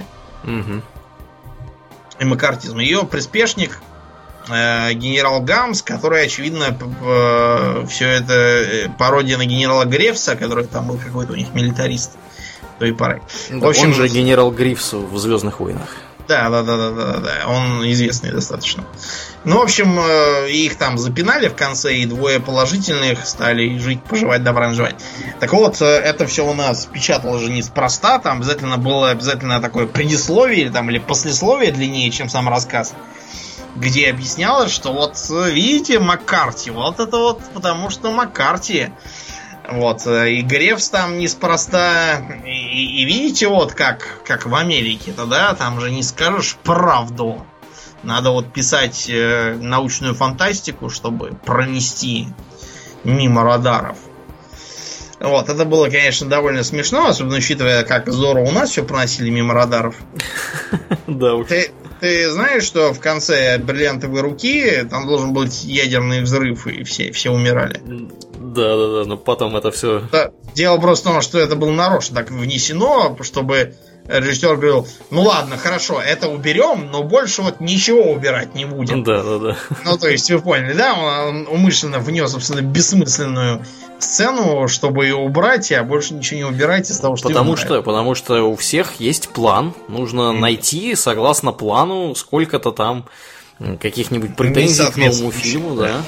И маккартизм. Ее приспешник генерал Гамс, который, очевидно, все это пародия на генерала Грефса, который там был какой-то у них милитарист той поры. Да, в общем, он же генерал Грифс в «Звездных войнах». Да. Он известный достаточно. Ну, в общем, их там запинали в конце, и 2 положительных стали жить, поживать, добра наживать. Так вот, это все у нас печаталось же неспроста. Там было такое предисловие или послесловие длиннее, чем сам рассказ, где объяснялось, что вот видите Маккарти, вот это вот потому что Маккарти. Вот, и Грефс там неспроста. И видите, вот как в Америке-то, да, там же не скажешь правду. Надо вот писать научную фантастику, чтобы пронести мимо радаров. Вот, это было, конечно, довольно смешно, особенно учитывая, как здорово у нас все проносили мимо радаров. Да уж. Ты знаешь, что в конце «Бриллиантовой руки» там должен быть ядерный взрыв, и все умирали? Да, но потом это все... Да, дело просто в том, что это было нарочно так внесено, чтобы режиссер говорил: ну ладно, хорошо, это уберем, но больше вот ничего убирать не будем. Да. Ну, то есть, вы поняли, да? Он умышленно внес абсолютно бессмысленную сцену, чтобы ее убрать, а больше ничего не убирать из того, что... Потому что у всех есть план. Нужно найти, согласно плану, сколько-то там каких-нибудь претензий к новому фильму, да.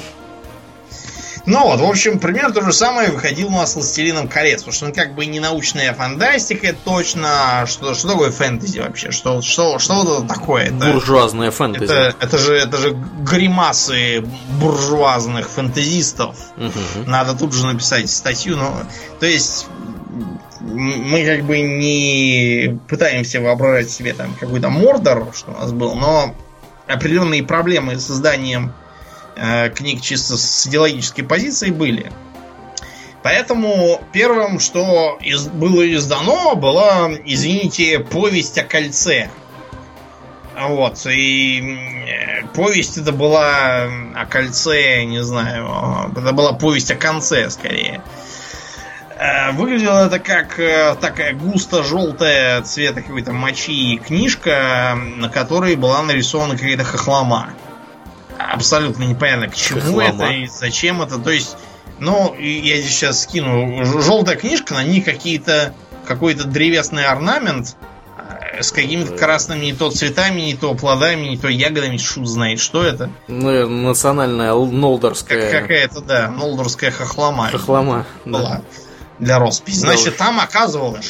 Ну вот, в общем, примерно то же самое выходило у нас с «Властелином колец», потому что он как бы не научная фантастика, точно. Что такое фэнтези вообще? Что это такое? Буржуазное фэнтези. Это же гримасы буржуазных фэнтезистов. Надо тут же написать статью. То есть мы как бы не пытаемся воображать себе там какой-то Мордор, что у нас был, но определенные проблемы с созданием книг чисто с идеологической позиции были. Поэтому первым, что было издано, была, извините, повесть о кольце. Вот. И повесть это была о кольце, не знаю, это была повесть о конце, скорее. Выглядело это как такая густо-желтая цвета какой-то мочи книжка, на которой была нарисована какая-то хохлома. Абсолютно непонятно, к чему это и зачем это. То есть, я здесь сейчас скину. Желтая книжка, на ней какой-то древесный орнамент с какими-то красными не то цветами, не то плодами, не то ягодами. Шут знает, что это. Национальная нолдорская. Какая-то, да, нолдорская хохлома. Хохлома, была для росписи. Значит, там оказывалось,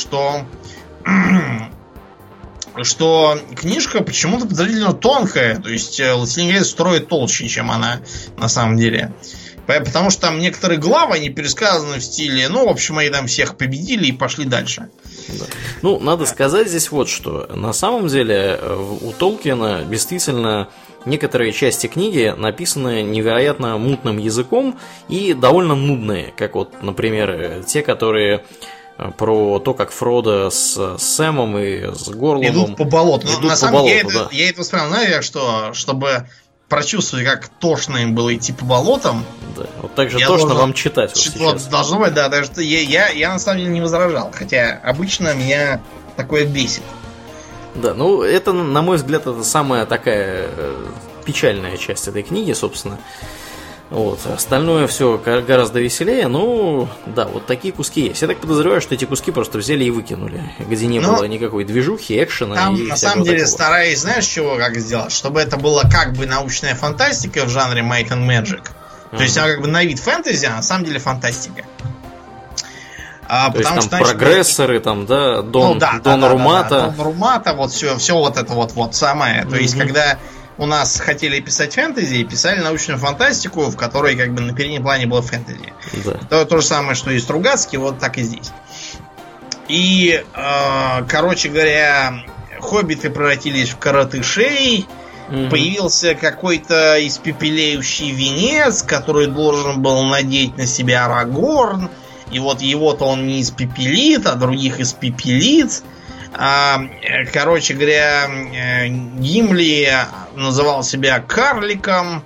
что книжка почему-то подозрительно тонкая. То есть «Властелин колец» строит толще, чем она на самом деле. Потому что там некоторые главы, они пересказаны в стиле: в общем, они там всех победили и пошли дальше. Да. Ну, надо сказать здесь вот что. На самом деле у Толкиена действительно некоторые части книги написаны невероятно мутным языком и довольно нудные, как вот, например, те, которые про то, как Фродо с Сэмом и с Горлумом идут по болоту. На самом деле, да. я это вспоминаю, что чтобы прочувствовать, как тошно им было идти по болотам. Да, вот так же тошно вам читать вот сейчас. Должно быть, да, даже что я на самом деле не возражал, хотя обычно меня такое бесит. Да, ну это, на мой взгляд, это самая такая печальная часть этой книги, собственно. Вот. Остальное все гораздо веселее, ну, да, вот такие куски есть. Я так подозреваю, что эти куски просто взяли и выкинули, где не было никакой движухи, экшена. Там, и на самом деле, такого. стараюсь, знаешь, чего как сделать? Чтобы это было как бы научная фантастика в жанре Might and Magic. То есть она как бы на вид фэнтези, а на самом деле фантастика. То есть там что, прогрессоры, там, да, Дон Румата. Дон Румата, вот все вот это вот самое. То есть, когда у нас хотели писать фэнтези и писали научную фантастику, в которой как бы на переднем плане было фэнтези. Да. То же самое, что и Стругацкий, вот так и здесь. И, короче говоря, хоббиты превратились в коротышей. Появился какой-то испепеляющий венец, который должен был надеть на себя Арагорн. И вот его-то он не испепелит, а других испепелит. Короче говоря, Гимли называл себя карликом.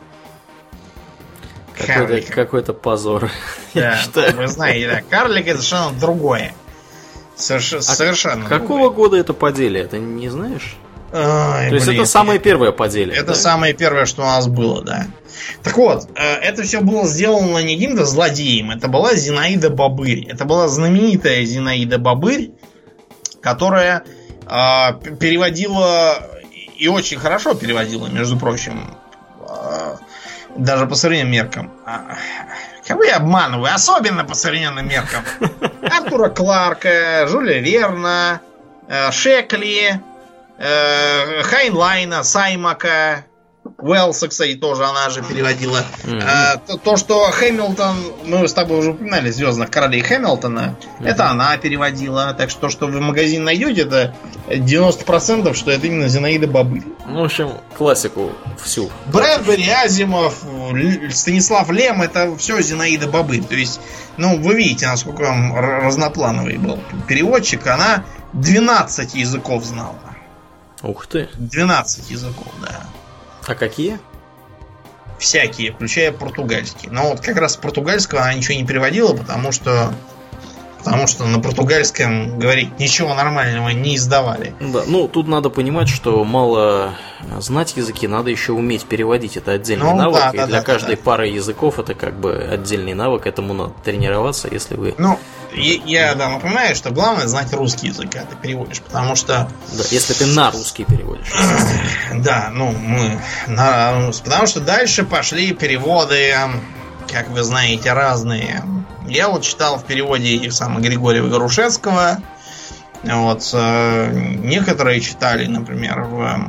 Какой-то позор. Да, вы знаете, да, карлик это совершенно другое. Совершенно. Какого года это поделие, ты не знаешь? То есть это самое первое поделие. Это самое первое, что у нас было, да. Так вот, это все было сделано не каким-то злодеем. Это была Зинаида Бобырь. Это была знаменитая Зинаида Бобырь, которая переводила, и очень хорошо переводила, между прочим, даже по современным меркам. Кого я обманываю? Особенно по современным меркам. Артура Кларка, Жюля Верна, Шекли, Хайнлайна, Саймака, Уэллса, кстати, тоже она же переводила. То, что Хэмилтон, мы с тобой уже упоминали «Звездных королей» Хэмилтона, это она переводила. Так что то, что вы в магазине найдете, это 90%, что это именно Зинаида Бобыль. Ну, в общем, классику всю. Брэдбери, Азимов, Станислав Лем, это все Зинаида Бобыль. То есть, ну, вы видите, насколько он разноплановый был переводчик. Она 12 языков знала. Ух ты. 12 языков, да. А какие? Всякие, включая португальский. Но вот как раз с португальского она ничего не переводила, потому что на португальском говорить ничего нормального не издавали. Да, ну тут надо понимать, что мало знать языки, надо еще уметь переводить. Это отдельный навык, да, и для каждой пары языков это как бы отдельный навык, этому надо тренироваться, если вы... Ну, я напоминаю, что главное знать русский язык, когда ты переводишь, потому что... Да, если ты на русский переводишь. Да, потому что дальше пошли переводы, как вы знаете, разные. Я вот читал в переводе этих самых Григорьева Грушевского. Вот, некоторые читали, например, в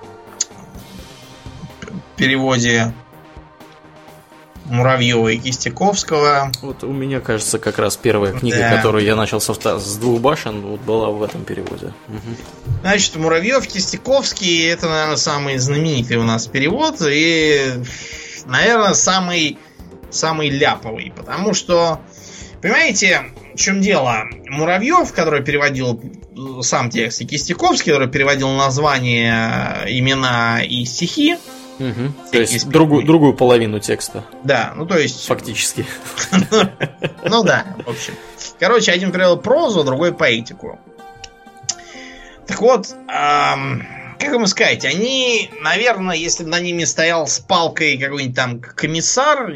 переводе Муравьева и Кистяковского. Вот у меня, кажется, как раз первая книга, да, которую я начал с «Двух башен», вот была в этом переводе. Значит, Муравьев, Кистяковский — это, наверное, самый знаменитый у нас перевод и, наверное, самый ляповый, потому что, понимаете, в чем дело? Муравьев, который переводил сам текст, и Кистяковский, который переводил названия, имена и стихи. То есть другую половину текста. Да, ну то есть... Фактически. Ну да, в общем. Короче, один перевел прозу, другой поэтику. Так вот, как вам сказать, они, наверное, если бы на ними стоял с палкой какой-нибудь там комиссар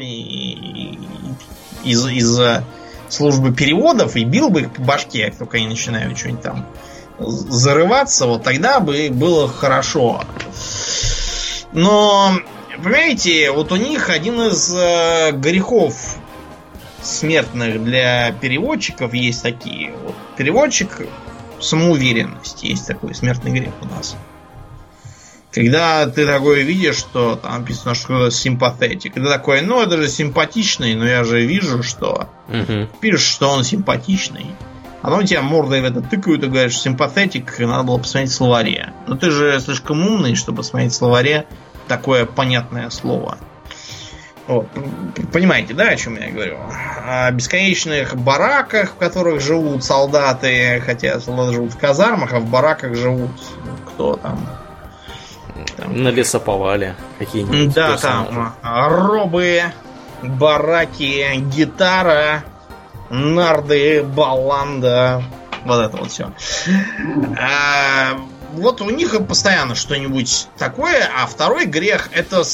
из службы переводов и бил бы их по башке, как только они начинают что-нибудь там зарываться, вот тогда бы было хорошо. Но, понимаете, вот у них один из грехов смертных для переводчиков есть такие. Вот переводчик — самоуверенность. Есть такой смертный грех у нас. Когда ты такое видишь, что там написано, что это симпатетик. Ты такой, это же симпатичный, но я же вижу, что... Пишешь, что он симпатичный. А потом тебя мордой в это тыкают и говорят, что симпатетик, надо было посмотреть в словаре. Но ты же слишком умный, чтобы посмотреть в словаре такое понятное слово. Вот. Понимаете, да, о чем я говорю? О бесконечных бараках, в которых живут солдаты, хотя солдаты живут в казармах, а в бараках живут кто там? На лесоповале какие-нибудь да, персонажи. там робы, бараки, гитара, нарды, баланда. Вот это вот все. Вот у них постоянно что-нибудь такое, а второй грех это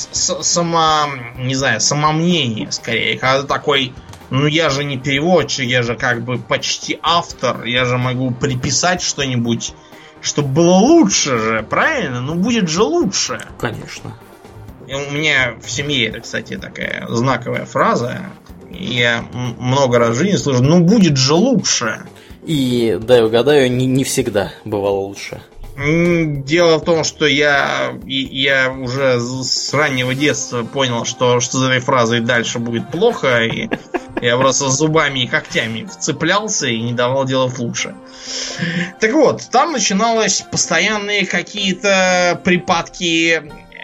самомнение, скорее. Когда такой, ну я же не переводчик, я же как бы почти автор, я же могу приписать что-нибудь, чтобы было лучше же, правильно? Ну будет же лучше. Конечно. И у меня в семье это, кстати, такая знаковая фраза. Я много раз в жизни слышу, ну будет же лучше. И, дай угадаю, не всегда бывало лучше. Дело в том, что я уже с раннего детства понял, что за этой фразой дальше будет плохо, и я просто зубами и когтями вцеплялся и не давал делать лучше. Так вот, там начиналось постоянные какие-то припадки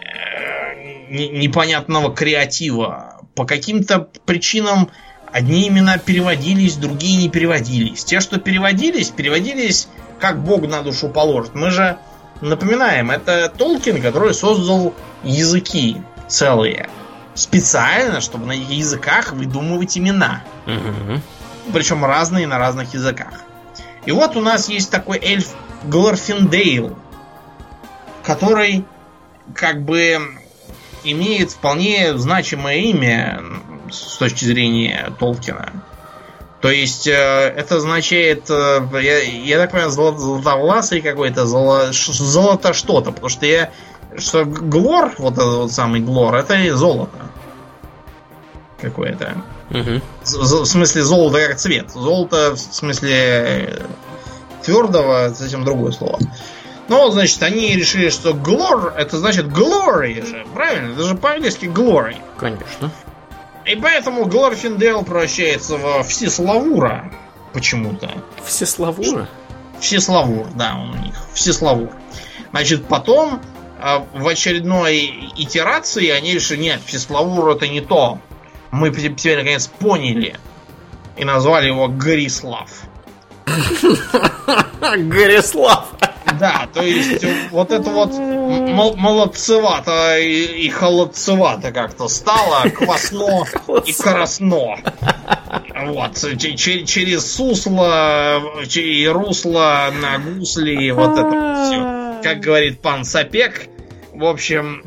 непонятного креатива. По каким-то причинам одни имена переводились, другие не переводились. Те, что переводились как Бог на душу положит. Мы же напоминаем, это Толкин, который создал языки целые. Специально, чтобы на этих языках выдумывать имена. Угу. Причем разные на разных языках. И вот у нас есть такой эльф Глорфиндейл, который как бы имеет вполне значимое имя с точки зрения Толкина. То есть это означает, я так понимаю, золотовласый какой-то, золото что-то, потому что глор, вот этот вот самый глор, это золото какое-то. Угу. В смысле золото как цвет. Золото в смысле твердого, совсем другое слово. Ну, значит, они решили, что глор это значит glory же, правильно? Это же по-английски glory. Конечно. И поэтому Глорфиндейл превращается в Всеславура почему-то. Всеславура? Всеславур, да, он у них. Всеславур. Значит, потом в очередной итерации они решили, нет, Всеславур это не то. Мы теперь наконец поняли. И назвали его Горислав. Горислав! Да, то есть вот это вот молодцевато и холодцевато как-то стало, квасно и красно. Вот, через сусло и русло на гусли, вот это вот все. Как говорит пан Сапек, в общем,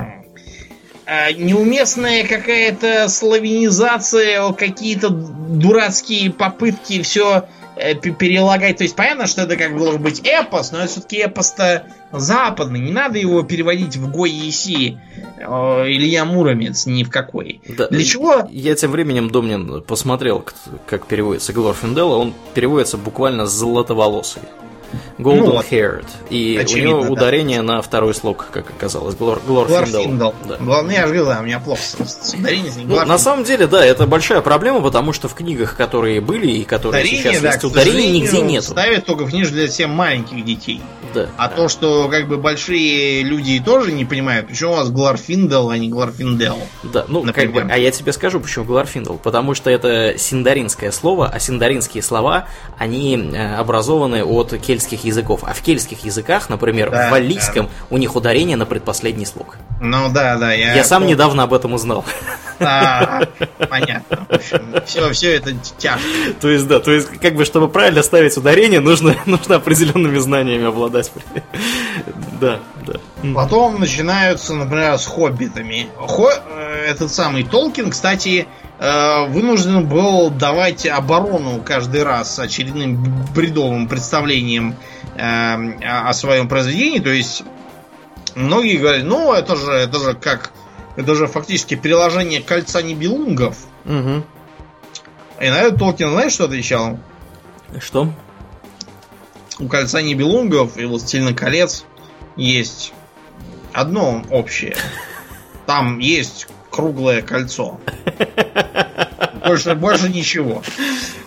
неуместная какая-то славянизация, какие-то дурацкие попытки все перелагать. То есть понятно, что это как должен быть эпос, но это все-таки эпос-то западный. Не надо его переводить в Гой-Еси, Илья Муромец ни в какой. Да, для чего? Я тем временем, Домнин, посмотрел, как переводится Глорфиндел. Он переводится буквально «золотоволосый». Golden Haired. И очевидно, у него ударение на второй слог, как оказалось. Глорфиндел. Да. Я же говорю, у меня плохо с ударением. На самом деле, да, это большая проблема, потому что в книгах, которые были и которые сейчас есть, ударений нигде нет. Ставят только книжки для совсем маленьких детей. Да. А то, что как бы большие люди тоже не понимают, почему у вас Глорфиндел, а не Глорфиндел. Да, ну как бы, а я тебе скажу, почему Глорфиндел. Потому что это синдаринское слово, а синдаринские слова, они образованы от кельтских языков. А в кельтских языках, например, в валлийском, у них ударение на предпоследний слог. Ну да. Я сам недавно об этом узнал. Понятно. В общем, все это тяжко. То есть, как бы, чтобы правильно ставить ударение, нужно определенными знаниями обладать. Да. Потом начинаются, например, с хоббитами. Этот самый Толкин, кстати, вынужден был давать оборону каждый раз очередным бредовым представлением о своем произведении. То есть многие говорят, ну это же фактически переложение кольца Нибелунгов. Угу. И на это Толкин, знаешь, что отвечал? Что? У кольца Нибелунгов и «Властелина колец» есть одно общее. Там есть круглое кольцо. Больше ничего.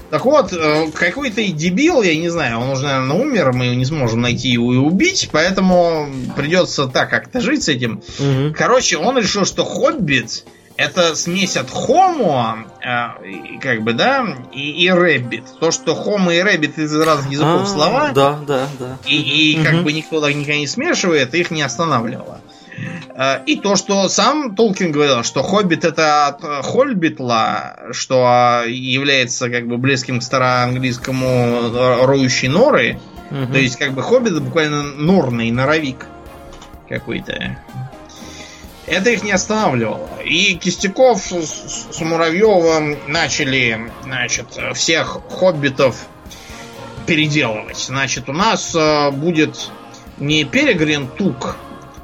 Так вот, какой-то дебил, я не знаю, он уже, наверное, умер, мы не сможем найти его и убить, поэтому придется так как-то жить с этим. Короче, он решил, что хоббит это смесь от хомо, как бы, да, и рэббит. То, что хомо и рэббит из разных языков слова. Да. И как бы никто так никогда не смешивает, их не останавливало. И то, что сам Толкин говорил, что хоббит это от хольбитла, что является как бы близким к староанглийскому роющей норы. То есть как бы хоббит это буквально норный норовик какой-то. Это их не останавливало. И Кистяков с Муравьевым начали, значит, всех хоббитов переделывать. Значит, у нас будет не Перегрин Тук,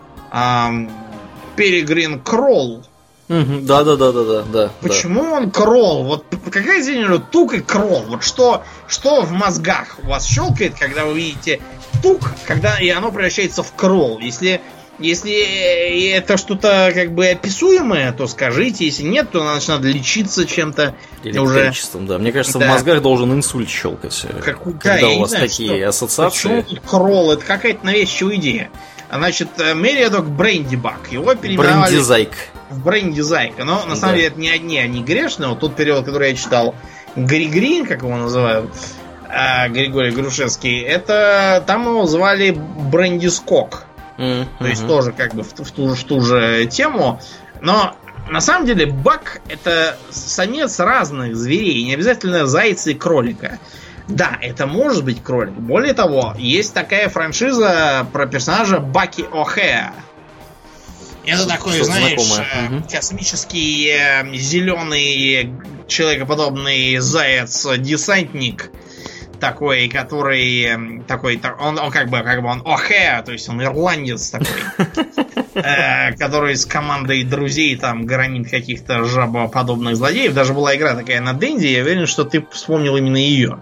Перегрин Кролл. Да. Почему он Кролл? Вот какая разница Тук и Кролл? Вот что в мозгах у вас щелкает, когда вы видите Тук, когда и оно превращается в Кролл? Если это что-то как бы описуемое, то скажите. Если нет, то надо лечиться чем-то. Электричеством, да. Мне кажется, в мозгах должен инсульт щелкать. Когда у вас такие ассоциации. Почему тут Кролл? Это какая-то навязчивая идея. Значит, Мериадок Брендибак. Его переименовали в Брендизайка. Но на самом деле это не одни, они грешные. Вот тот перевод, который я читал, Григрин, как его называют, Григорий Грушевский, это там его звали Брендискок. То есть тоже как бы в ту же тему. Но на самом деле Бак это самец разных зверей, не обязательно зайца и кролика. Да, это может быть кролик. Более того, есть такая франшиза про персонажа Баки О'Хэа. Это такой, знаешь, космический зеленый человекоподобный заяц-десантник. Такой, который он как бы он О'Хэа, то есть он ирландец такой, который с командой друзей там громит каких-то жабоподобных злодеев. Даже была игра такая на Денди, я уверен, что ты вспомнил именно ее.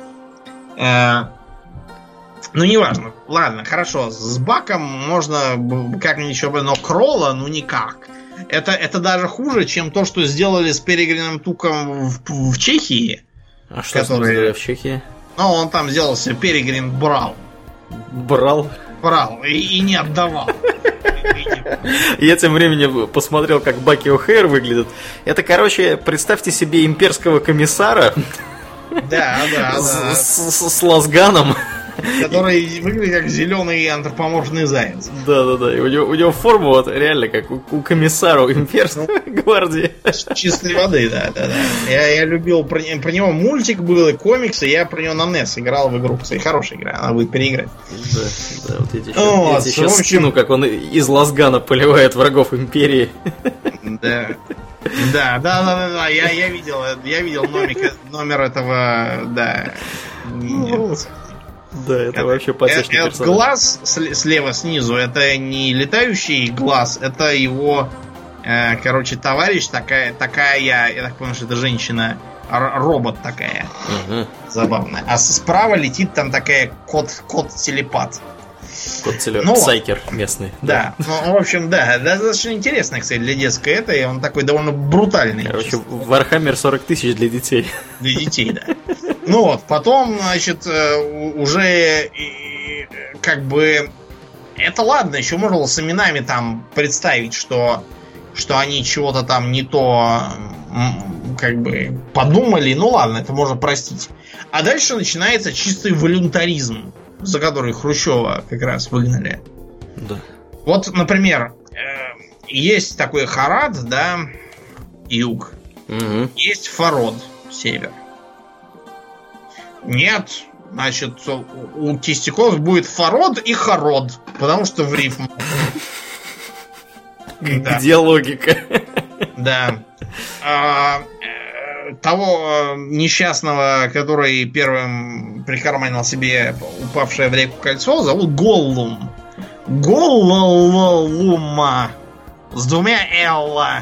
Ну, неважно. Ладно, хорошо. С Баком можно как-нибудь еще, но Кролла, ну никак. Это даже хуже, чем то, что сделали с Перегрином Туком в Чехии. А что сделали в Чехии? Ну, он там сделался Перегрин Брал. Брал? Брал. И не отдавал. Я тем временем посмотрел, как Баки О'Хэа выглядит. Это, короче, представьте себе имперского комиссара. Да. С лазганом. Который выглядит как зеленый антропоморфный заяц. Да. И у него форма вот реально как у комиссара имперской гвардии. Чистой воды, да. Я любил про него мультик был и комиксы. Я про него на NES играл в игру. Кстати, хорошая игра, она будет переиграть. Да, вот я тебе сейчас скину, как он из лазгана поливает врагов империи. Да. Я видел номер этого, да. Да, это вообще потешный персонаж. Этот глаз слева снизу, это не летающий глаз, это его, короче, товарищ, такая, я так понимаю, что это женщина, робот такая, забавная. А справа летит там такая кот-телепат. Кот-сайкер местный. Да. Ну, в общем, да, достаточно интересно, кстати, для детской и он такой довольно брутальный. Короче, Warhammer 40 000 для детей. Для детей, да. Ну вот, потом, значит, уже как бы это ладно, еще можно было с именами там представить, что они чего-то там не то как бы подумали, ну ладно, это можно простить. А дальше начинается чистый волюнтаризм, за который Хрущева как раз выгнали. Да. Вот, например, есть такой Харад, да, юг. Есть Фарод, север. Нет, значит, у Кистяков будет Фарод и Харод, потому что в рифму. Где логика? Да. Того несчастного, который первым прикарманил себе упавшее в реку кольцо, зовут Голлум. Голлума. С двумя «Элла».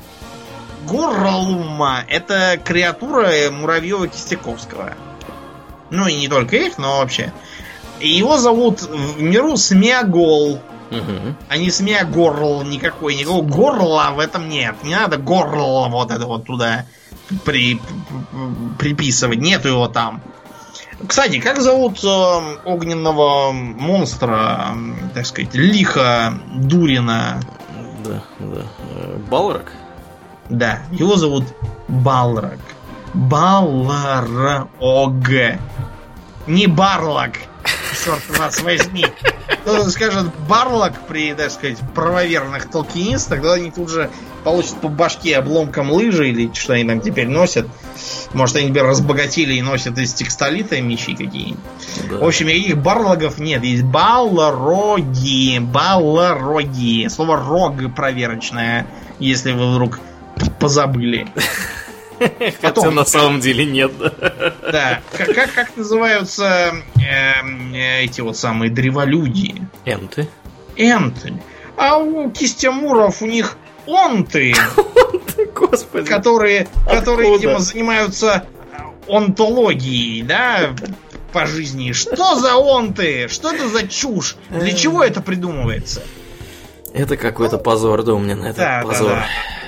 Горлума. Это креатура Муравьева-Кистяковского. Ну и не только их, но вообще. И его зовут в миру Смеагол. А не Смеагорл никакого горла в этом нет. Не надо горло вот это вот туда приписывать. Нету его там. Кстати, как зовут огненного монстра, так сказать, лиха Дурина? Да. Балрог? Да, его зовут Балрог. Балрог. Не Барлог. Черт вас возьми. Кто скажет Барлог при, так сказать, правоверных толкинистах, тогда они тут же получат по башке обломком лыжи или что они там теперь носят. Может, они теперь разбогатели и носят из текстолита мечи какие-нибудь. Да. В общем, никаких барлогов нет. Есть балроги. Балроги. Слово рог проверочное, если вы вдруг позабыли. Хотя на самом деле нет. Да. Как называются эти вот самые древолюди? Энты. Энты. А у кистемуров у них онты. Господи. Которые, видимо, занимаются онтологией, да, по жизни. Что за онты? Что это за чушь? Для чего это придумывается? Это какой-то позор, Домнин. Это позор. Да.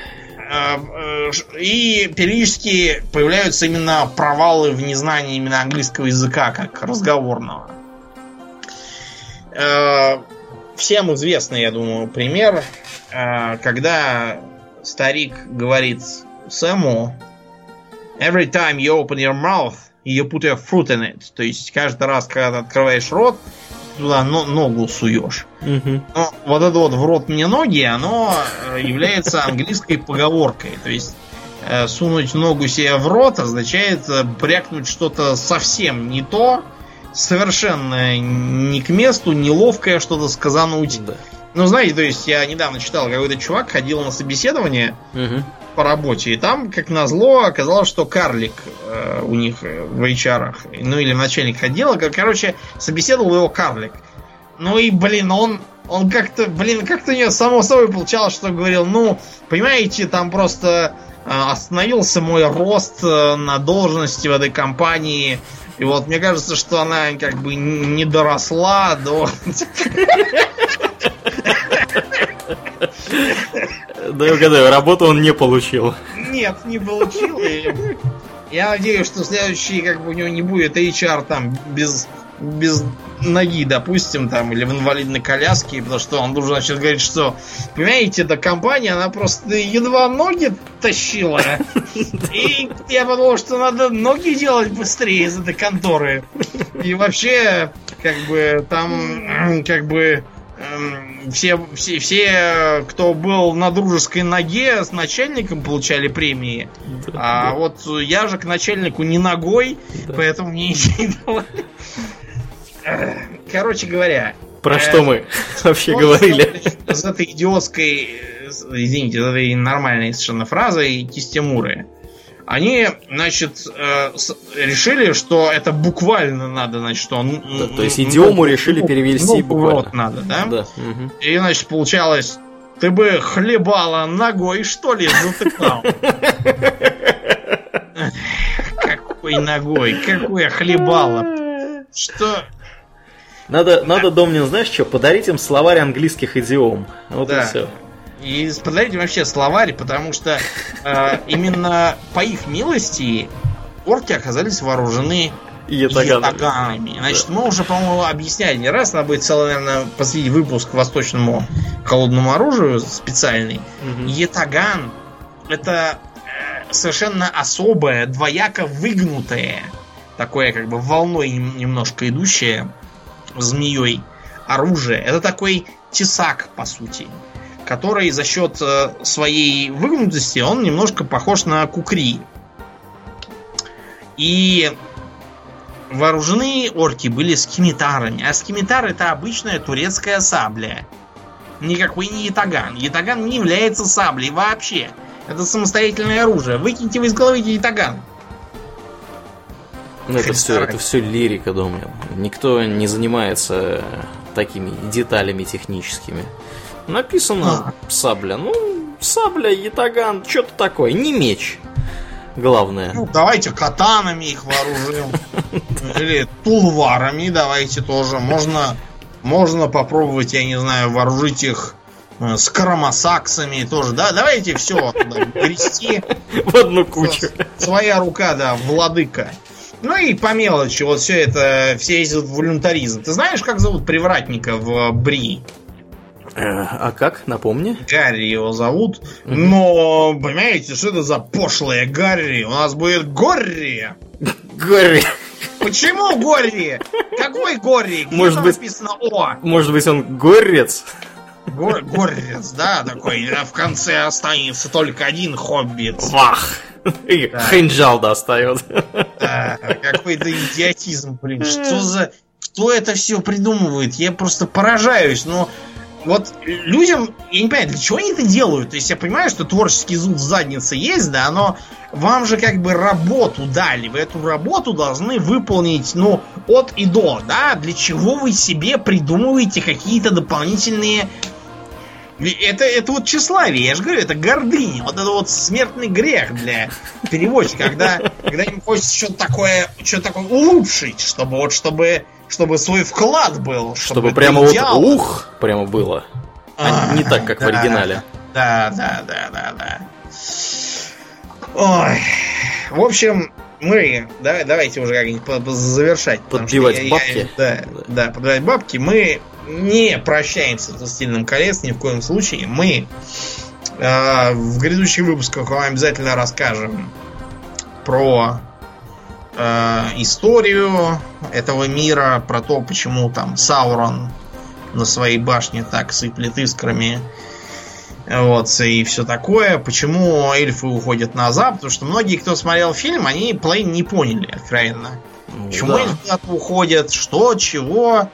И периодически появляются именно провалы в незнании именно английского языка как разговорного. Всем известный, я думаю, пример, когда старик говорит Сэму: "Every time you open your mouth, you put a fruit in it". То есть каждый раз, когда ты открываешь рот, туда ногу суешь. Но вот это вот "в рот мне ноги", оно является английской поговоркой. То есть сунуть ногу себе в рот означает брякнуть что-то совсем не то, совершенно не к месту, неловкое что-то сказануть. Да. Ну, знаете, то есть я недавно читал, какой-то чувак ходил на собеседование по работе, и там, как назло, оказалось, что карлик у них в HR-ах, ну или начальник отдела, короче, собеседовал его карлик. Ну и, он как-то у него само собой получалось, что говорил: "Ну, понимаете, там просто остановился мой рост на должности в этой компании, и вот мне кажется, что она как бы не доросла до..." Да, я угадаю, работу он не получил. Нет, не получил. И я надеюсь, что следующий, как бы, у него не будет HR там без ноги, допустим, там, или в инвалидной коляске, потому что он должен, значит, говорить, что, понимаете, эта компания, она просто едва ноги тащила. И я подумал, что надо ноги делать быстрее из этой конторы. И вообще, как бы, там, как бы, все, кто был на дружеской ноге, с начальником получали премии. А вот я же к начальнику не ногой, поэтому мне ничего не давали. Короче говоря, про что мы вообще говорили? С этой идиотской, извините, с этой нормальной совершенно фразой кистемуры. Они, значит, решили, что это буквально надо, значит, что... Да, то есть идиому решили перевести буквально. Рот надо, да? Да. И, значит, получалось: "Ты бы хлебала ногой, что ли, затыкал?" Какой ногой? Какой хлебала? Что... Надо, Домнин, знаешь что, подарить им словарь английских идиом. Вот да. И все. И подарить им вообще словарь, потому что именно по их милости орки оказались вооружены ятаганами. Значит, мы уже, по-моему, объясняли не раз, надо будет целый, наверное, посвятить выпуск восточному холодному оружию специальный. Ятаган — это совершенно особое, двояко выгнутое, такое как бы волной немножко идущее, змеей оружие. Это такой тесак, по сути, который за счет своей выгнутости, он немножко похож на кукри. И вооружены орки были скимитарами. А скимитар — это обычная турецкая сабля. Никакой не ятаган. Ятаган не является саблей вообще. Это самостоятельное оружие. Выкиньте вы из головы ятаган. Ну, это все лирика, Домнин. Никто не занимается такими деталями техническими. Написано сабля. Ну, сабля, ятаган, что-то такое. Не меч. Главное. Ну, давайте катанами их вооружим. Или тулварами давайте тоже. Можно попробовать, я не знаю, вооружить их с карамасаксами тоже, да, давайте все грести в одну кучу. Своя рука, да, владыка. Ну и по мелочи, вот все это, все эти волюнтаризм. Ты знаешь, как зовут привратника в Бри? А как? Напомни. Гарри его зовут. Но, понимаете, что это за пошлое Гарри? У нас будет Горри. Горри. Почему Горри? Какой Горри? Где может быть, написано О? Может быть, он горец? Горец, да, такой. А в конце останется только один хоббит. Вах! И да. Хэнджал достает. Да, какой-то идиотизм, блин. Что за... Кто это все придумывает? Я просто поражаюсь. Но вот людям, я не понимаю, для чего они это делают? То есть я понимаю, что творческий зуд в заднице есть, да, но вам же как бы работу дали. Вы эту работу должны выполнить, ну, от и до, да? Для чего вы себе придумываете какие-то дополнительные... Это вот тщеславие, я же говорю, это гордыня. Вот это вот смертный грех для переводчика, когда им хочется что-то такое улучшить, чтобы свой вклад был. Чтобы прямо вот прямо было. Не так, как в оригинале. Да. Ой. В общем, мы, давайте уже как-нибудь завершать. Подбивать бабки. Да, подбивать бабки. Мы не прощаемся с «Властелином колец» ни в коем случае. Мы в грядущих выпусках вам обязательно расскажем про историю этого мира, про то, почему там Саурон на своей башне так сыплет искрами, вот, и все такое. Почему эльфы уходят на запад? Потому что многие, кто смотрел фильм, они половину не поняли, откровенно. Почему эльфы уходят, что, чего,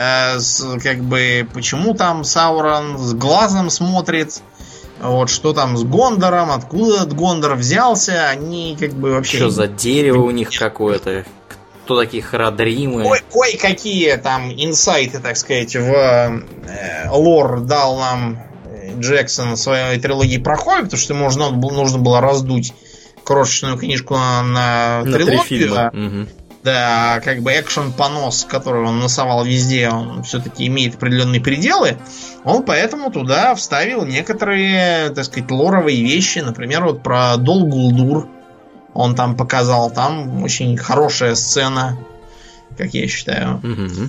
как бы, почему там Саурон с глазом смотрит, вот, что там с Гондором, откуда этот Гондор взялся, они как бы вообще... Что за дерево у них какое-то? Кто такие Харадримы? Кое-какие там инсайты, так сказать, в лор дал нам Джексон в своей трилогии про Хоббит, потому что ему нужно было раздуть крошечную книжку на трилогию. Да, как бы экшен-понос, который он носовал везде, он все-таки имеет определенные пределы. Он поэтому туда вставил некоторые, так сказать, лоровые вещи. Например, вот про Дол Гулdur он там показал. Там очень хорошая сцена, как я считаю.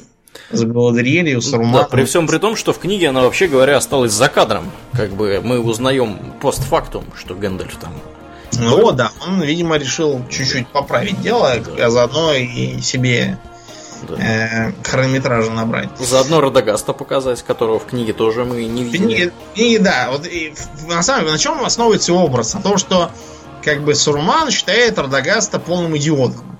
С Галадриэлью, с Саруманом. Да, при всем при том, что в книге она, вообще говоря, осталась за кадром. Как бы мы узнаем постфактум, что Гэндальф там... Ну да, он, видимо, решил чуть-чуть поправить дело, а заодно и себе хронометража набрать. Заодно Радагаста показать, которого в книге тоже мы не видели. Да, вот на самом деле, на чем основывается его образ? На том, что как бы Саруман считает Радагаста полным идиотом.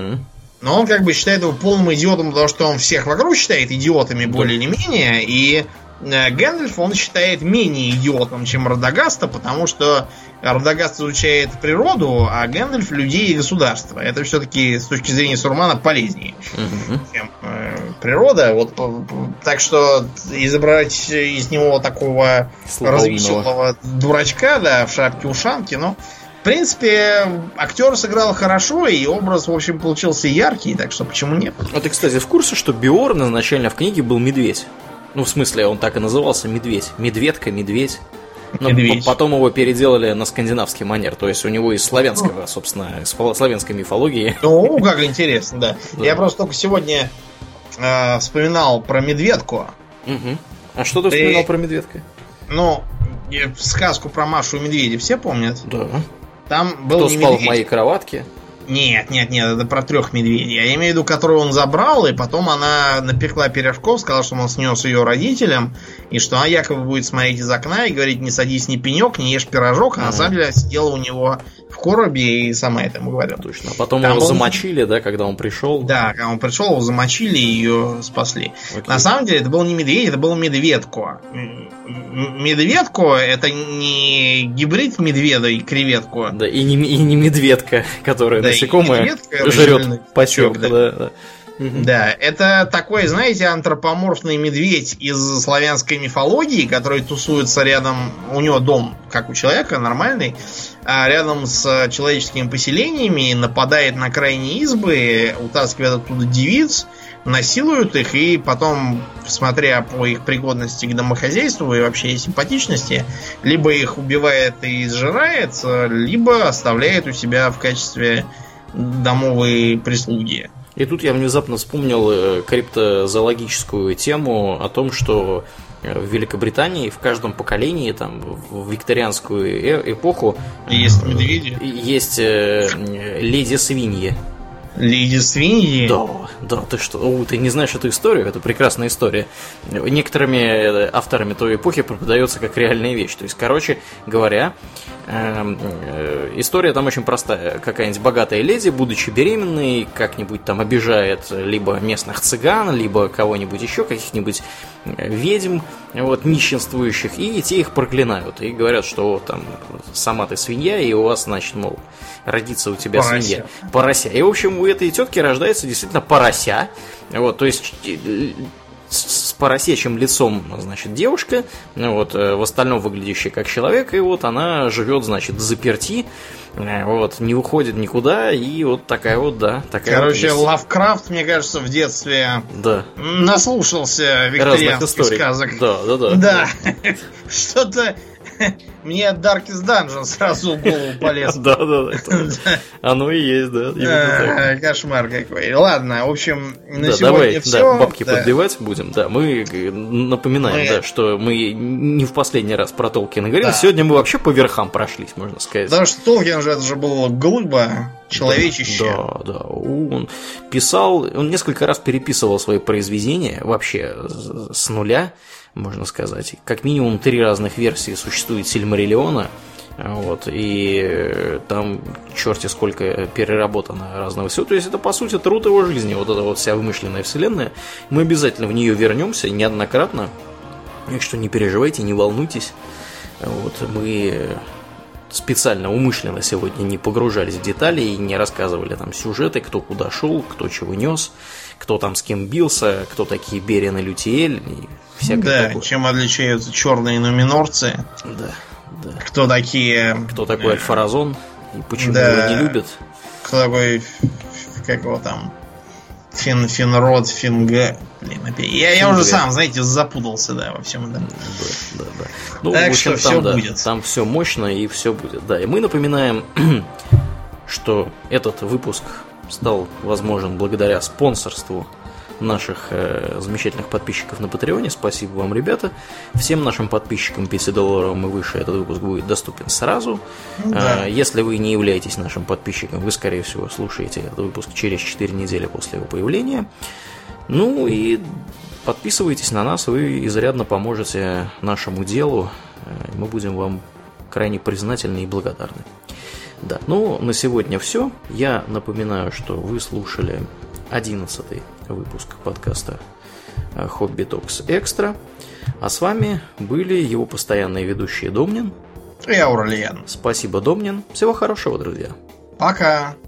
Но он как бы считает его полным идиотом, потому что он всех вокруг считает идиотами более или менее, и Гэндальф он считает менее идиотом, чем Радагаста, потому что Радагаст изучает природу, а Гэндальф людей и государство. Это все-таки с точки зрения Сарумана полезнее, чем природа. Вот, так что изображать из него такого развеселого дурачка, да, в шапке-ушанке, но в принципе, актер сыграл хорошо, и образ, в общем, получился яркий, так что почему нет? А ты, кстати, в курсе, что Бьорн изначально в книге был медведь? Ну, в смысле, он так и назывался медведь. Медведка, медведь. Но потом его переделали на скандинавский манер. То есть у него из славянского, собственно, из славянской мифологии. Ну, как интересно, да. Я просто только сегодня вспоминал про медведку. А что ты вспоминал про медведку? Ну, сказку про Машу и медведя все помнят? Да. Там был Кто не спал медведь. в моей кроватке? Нет, это про 3 медведей. Я имею в виду, которую он забрал, и потом она напекла пирожков, сказала, что он снес ее родителям, и что она якобы будет смотреть из окна и говорить: не садись, не пенек, не ешь пирожок, а на самом деле сидела у него в коробе и сама это ему говорила. Точно. А потом его замочили, да, когда он пришел? Да, когда он пришел, его замочили и ее спасли. Окей. На самом деле это был не медведь, это был медведко. Медведко — это не гибрид медведа и креветку. Да, и не медведка, которая насекомое жрет пачок. Да, это такой, знаете, антропоморфный медведь из славянской мифологии, который тусуется рядом, у него дом, как у человека, нормальный, а рядом с человеческими поселениями, нападает на крайние избы, утаскивает оттуда девиц, насилуют их, и потом, смотря по их пригодности к домохозяйству и вообще симпатичности, либо их убивает и сжирает, либо оставляет у себя в качестве домовой прислуги. И тут я внезапно вспомнил криптозоологическую тему о том, что в Великобритании в каждом поколении, там, в викторианскую эпоху, есть медведи. Есть леди-свиньи. Леди-свиньи? Да, ты что? Ты не знаешь эту историю? Это прекрасная история. Некоторыми авторами той эпохи преподается как реальная вещь. То есть, короче говоря, история там очень простая. Какая-нибудь богатая леди, будучи беременной, как-нибудь там обижает либо местных цыган, либо кого-нибудь еще, каких-нибудь ведьм, вот, нищенствующих, и те их проклинают. И говорят, что там сама ты свинья, и у вас, значит, мол, родится у тебя свинья. Порося. И, в общем, у этой тетки рождается действительно порося. Вот, то есть с поросячьим лицом, значит, девушка, вот, в остальном выглядящая как человек, и вот она живет, значит, заперти, вот, не уходит никуда, и вот такая вот, да, такая. Короче, вот Лавкрафт, мне кажется, в детстве наслушался викторианских сказок. Да. Что-то мне Darkest Dungeon сразу в голову полез. Да. Оно и есть, да. Кошмар какой. Ладно, в общем, на сегодня все. Да, бабки подбивать будем. Да, мы напоминаем, что мы не в последний раз про Толкина говорили. Сегодня мы вообще по верхам прошлись, можно сказать. Потому что Толкин же, это же было глыба человечище. Да. Он писал, он несколько раз переписывал свои произведения вообще с нуля, можно сказать. Как минимум 3 разных версии существует Сильмариллиона. Вот, и там черти сколько переработано разного всего. То есть это, по сути, труд его жизни. Вот эта вот вся вымышленная вселенная. Мы обязательно в нее вернемся неоднократно. Так что не переживайте, не волнуйтесь. Вот, мы специально, умышленно сегодня не погружались в детали и не рассказывали там сюжеты, кто куда шел, кто чего нес, кто там с кем бился, кто такие Берин и Лютиэль и всякое такое. Чем отличаются черные нуминорцы. Да. Кто такие... Кто такой Альфаразон и почему его не любят. Кто такой... Как его там... Финрод, Финга... Блин, опять... Я уже сам, знаете, запутался, во всем этом. Да. Ну, так в общем, что там, все будет. Там все мощно и все будет. Да, и мы напоминаем, что этот выпуск стал возможен благодаря спонсорству наших замечательных подписчиков на Патреоне. Спасибо вам, ребята. Всем нашим подписчикам $50 и выше этот выпуск будет доступен сразу. Если вы не являетесь нашим подписчиком, вы, скорее всего, слушаете этот выпуск через 4 недели после его появления. Ну и подписывайтесь на нас, вы изрядно поможете нашему делу. Мы будем вам крайне признательны и благодарны. Да, ну на сегодня все. Я напоминаю, что вы слушали 11-й выпуск подкаста Hobby Talks Extra. А с вами были его постоянные ведущие Домнин и Аурельян. Спасибо, Домнин. Всего хорошего, друзья. Пока.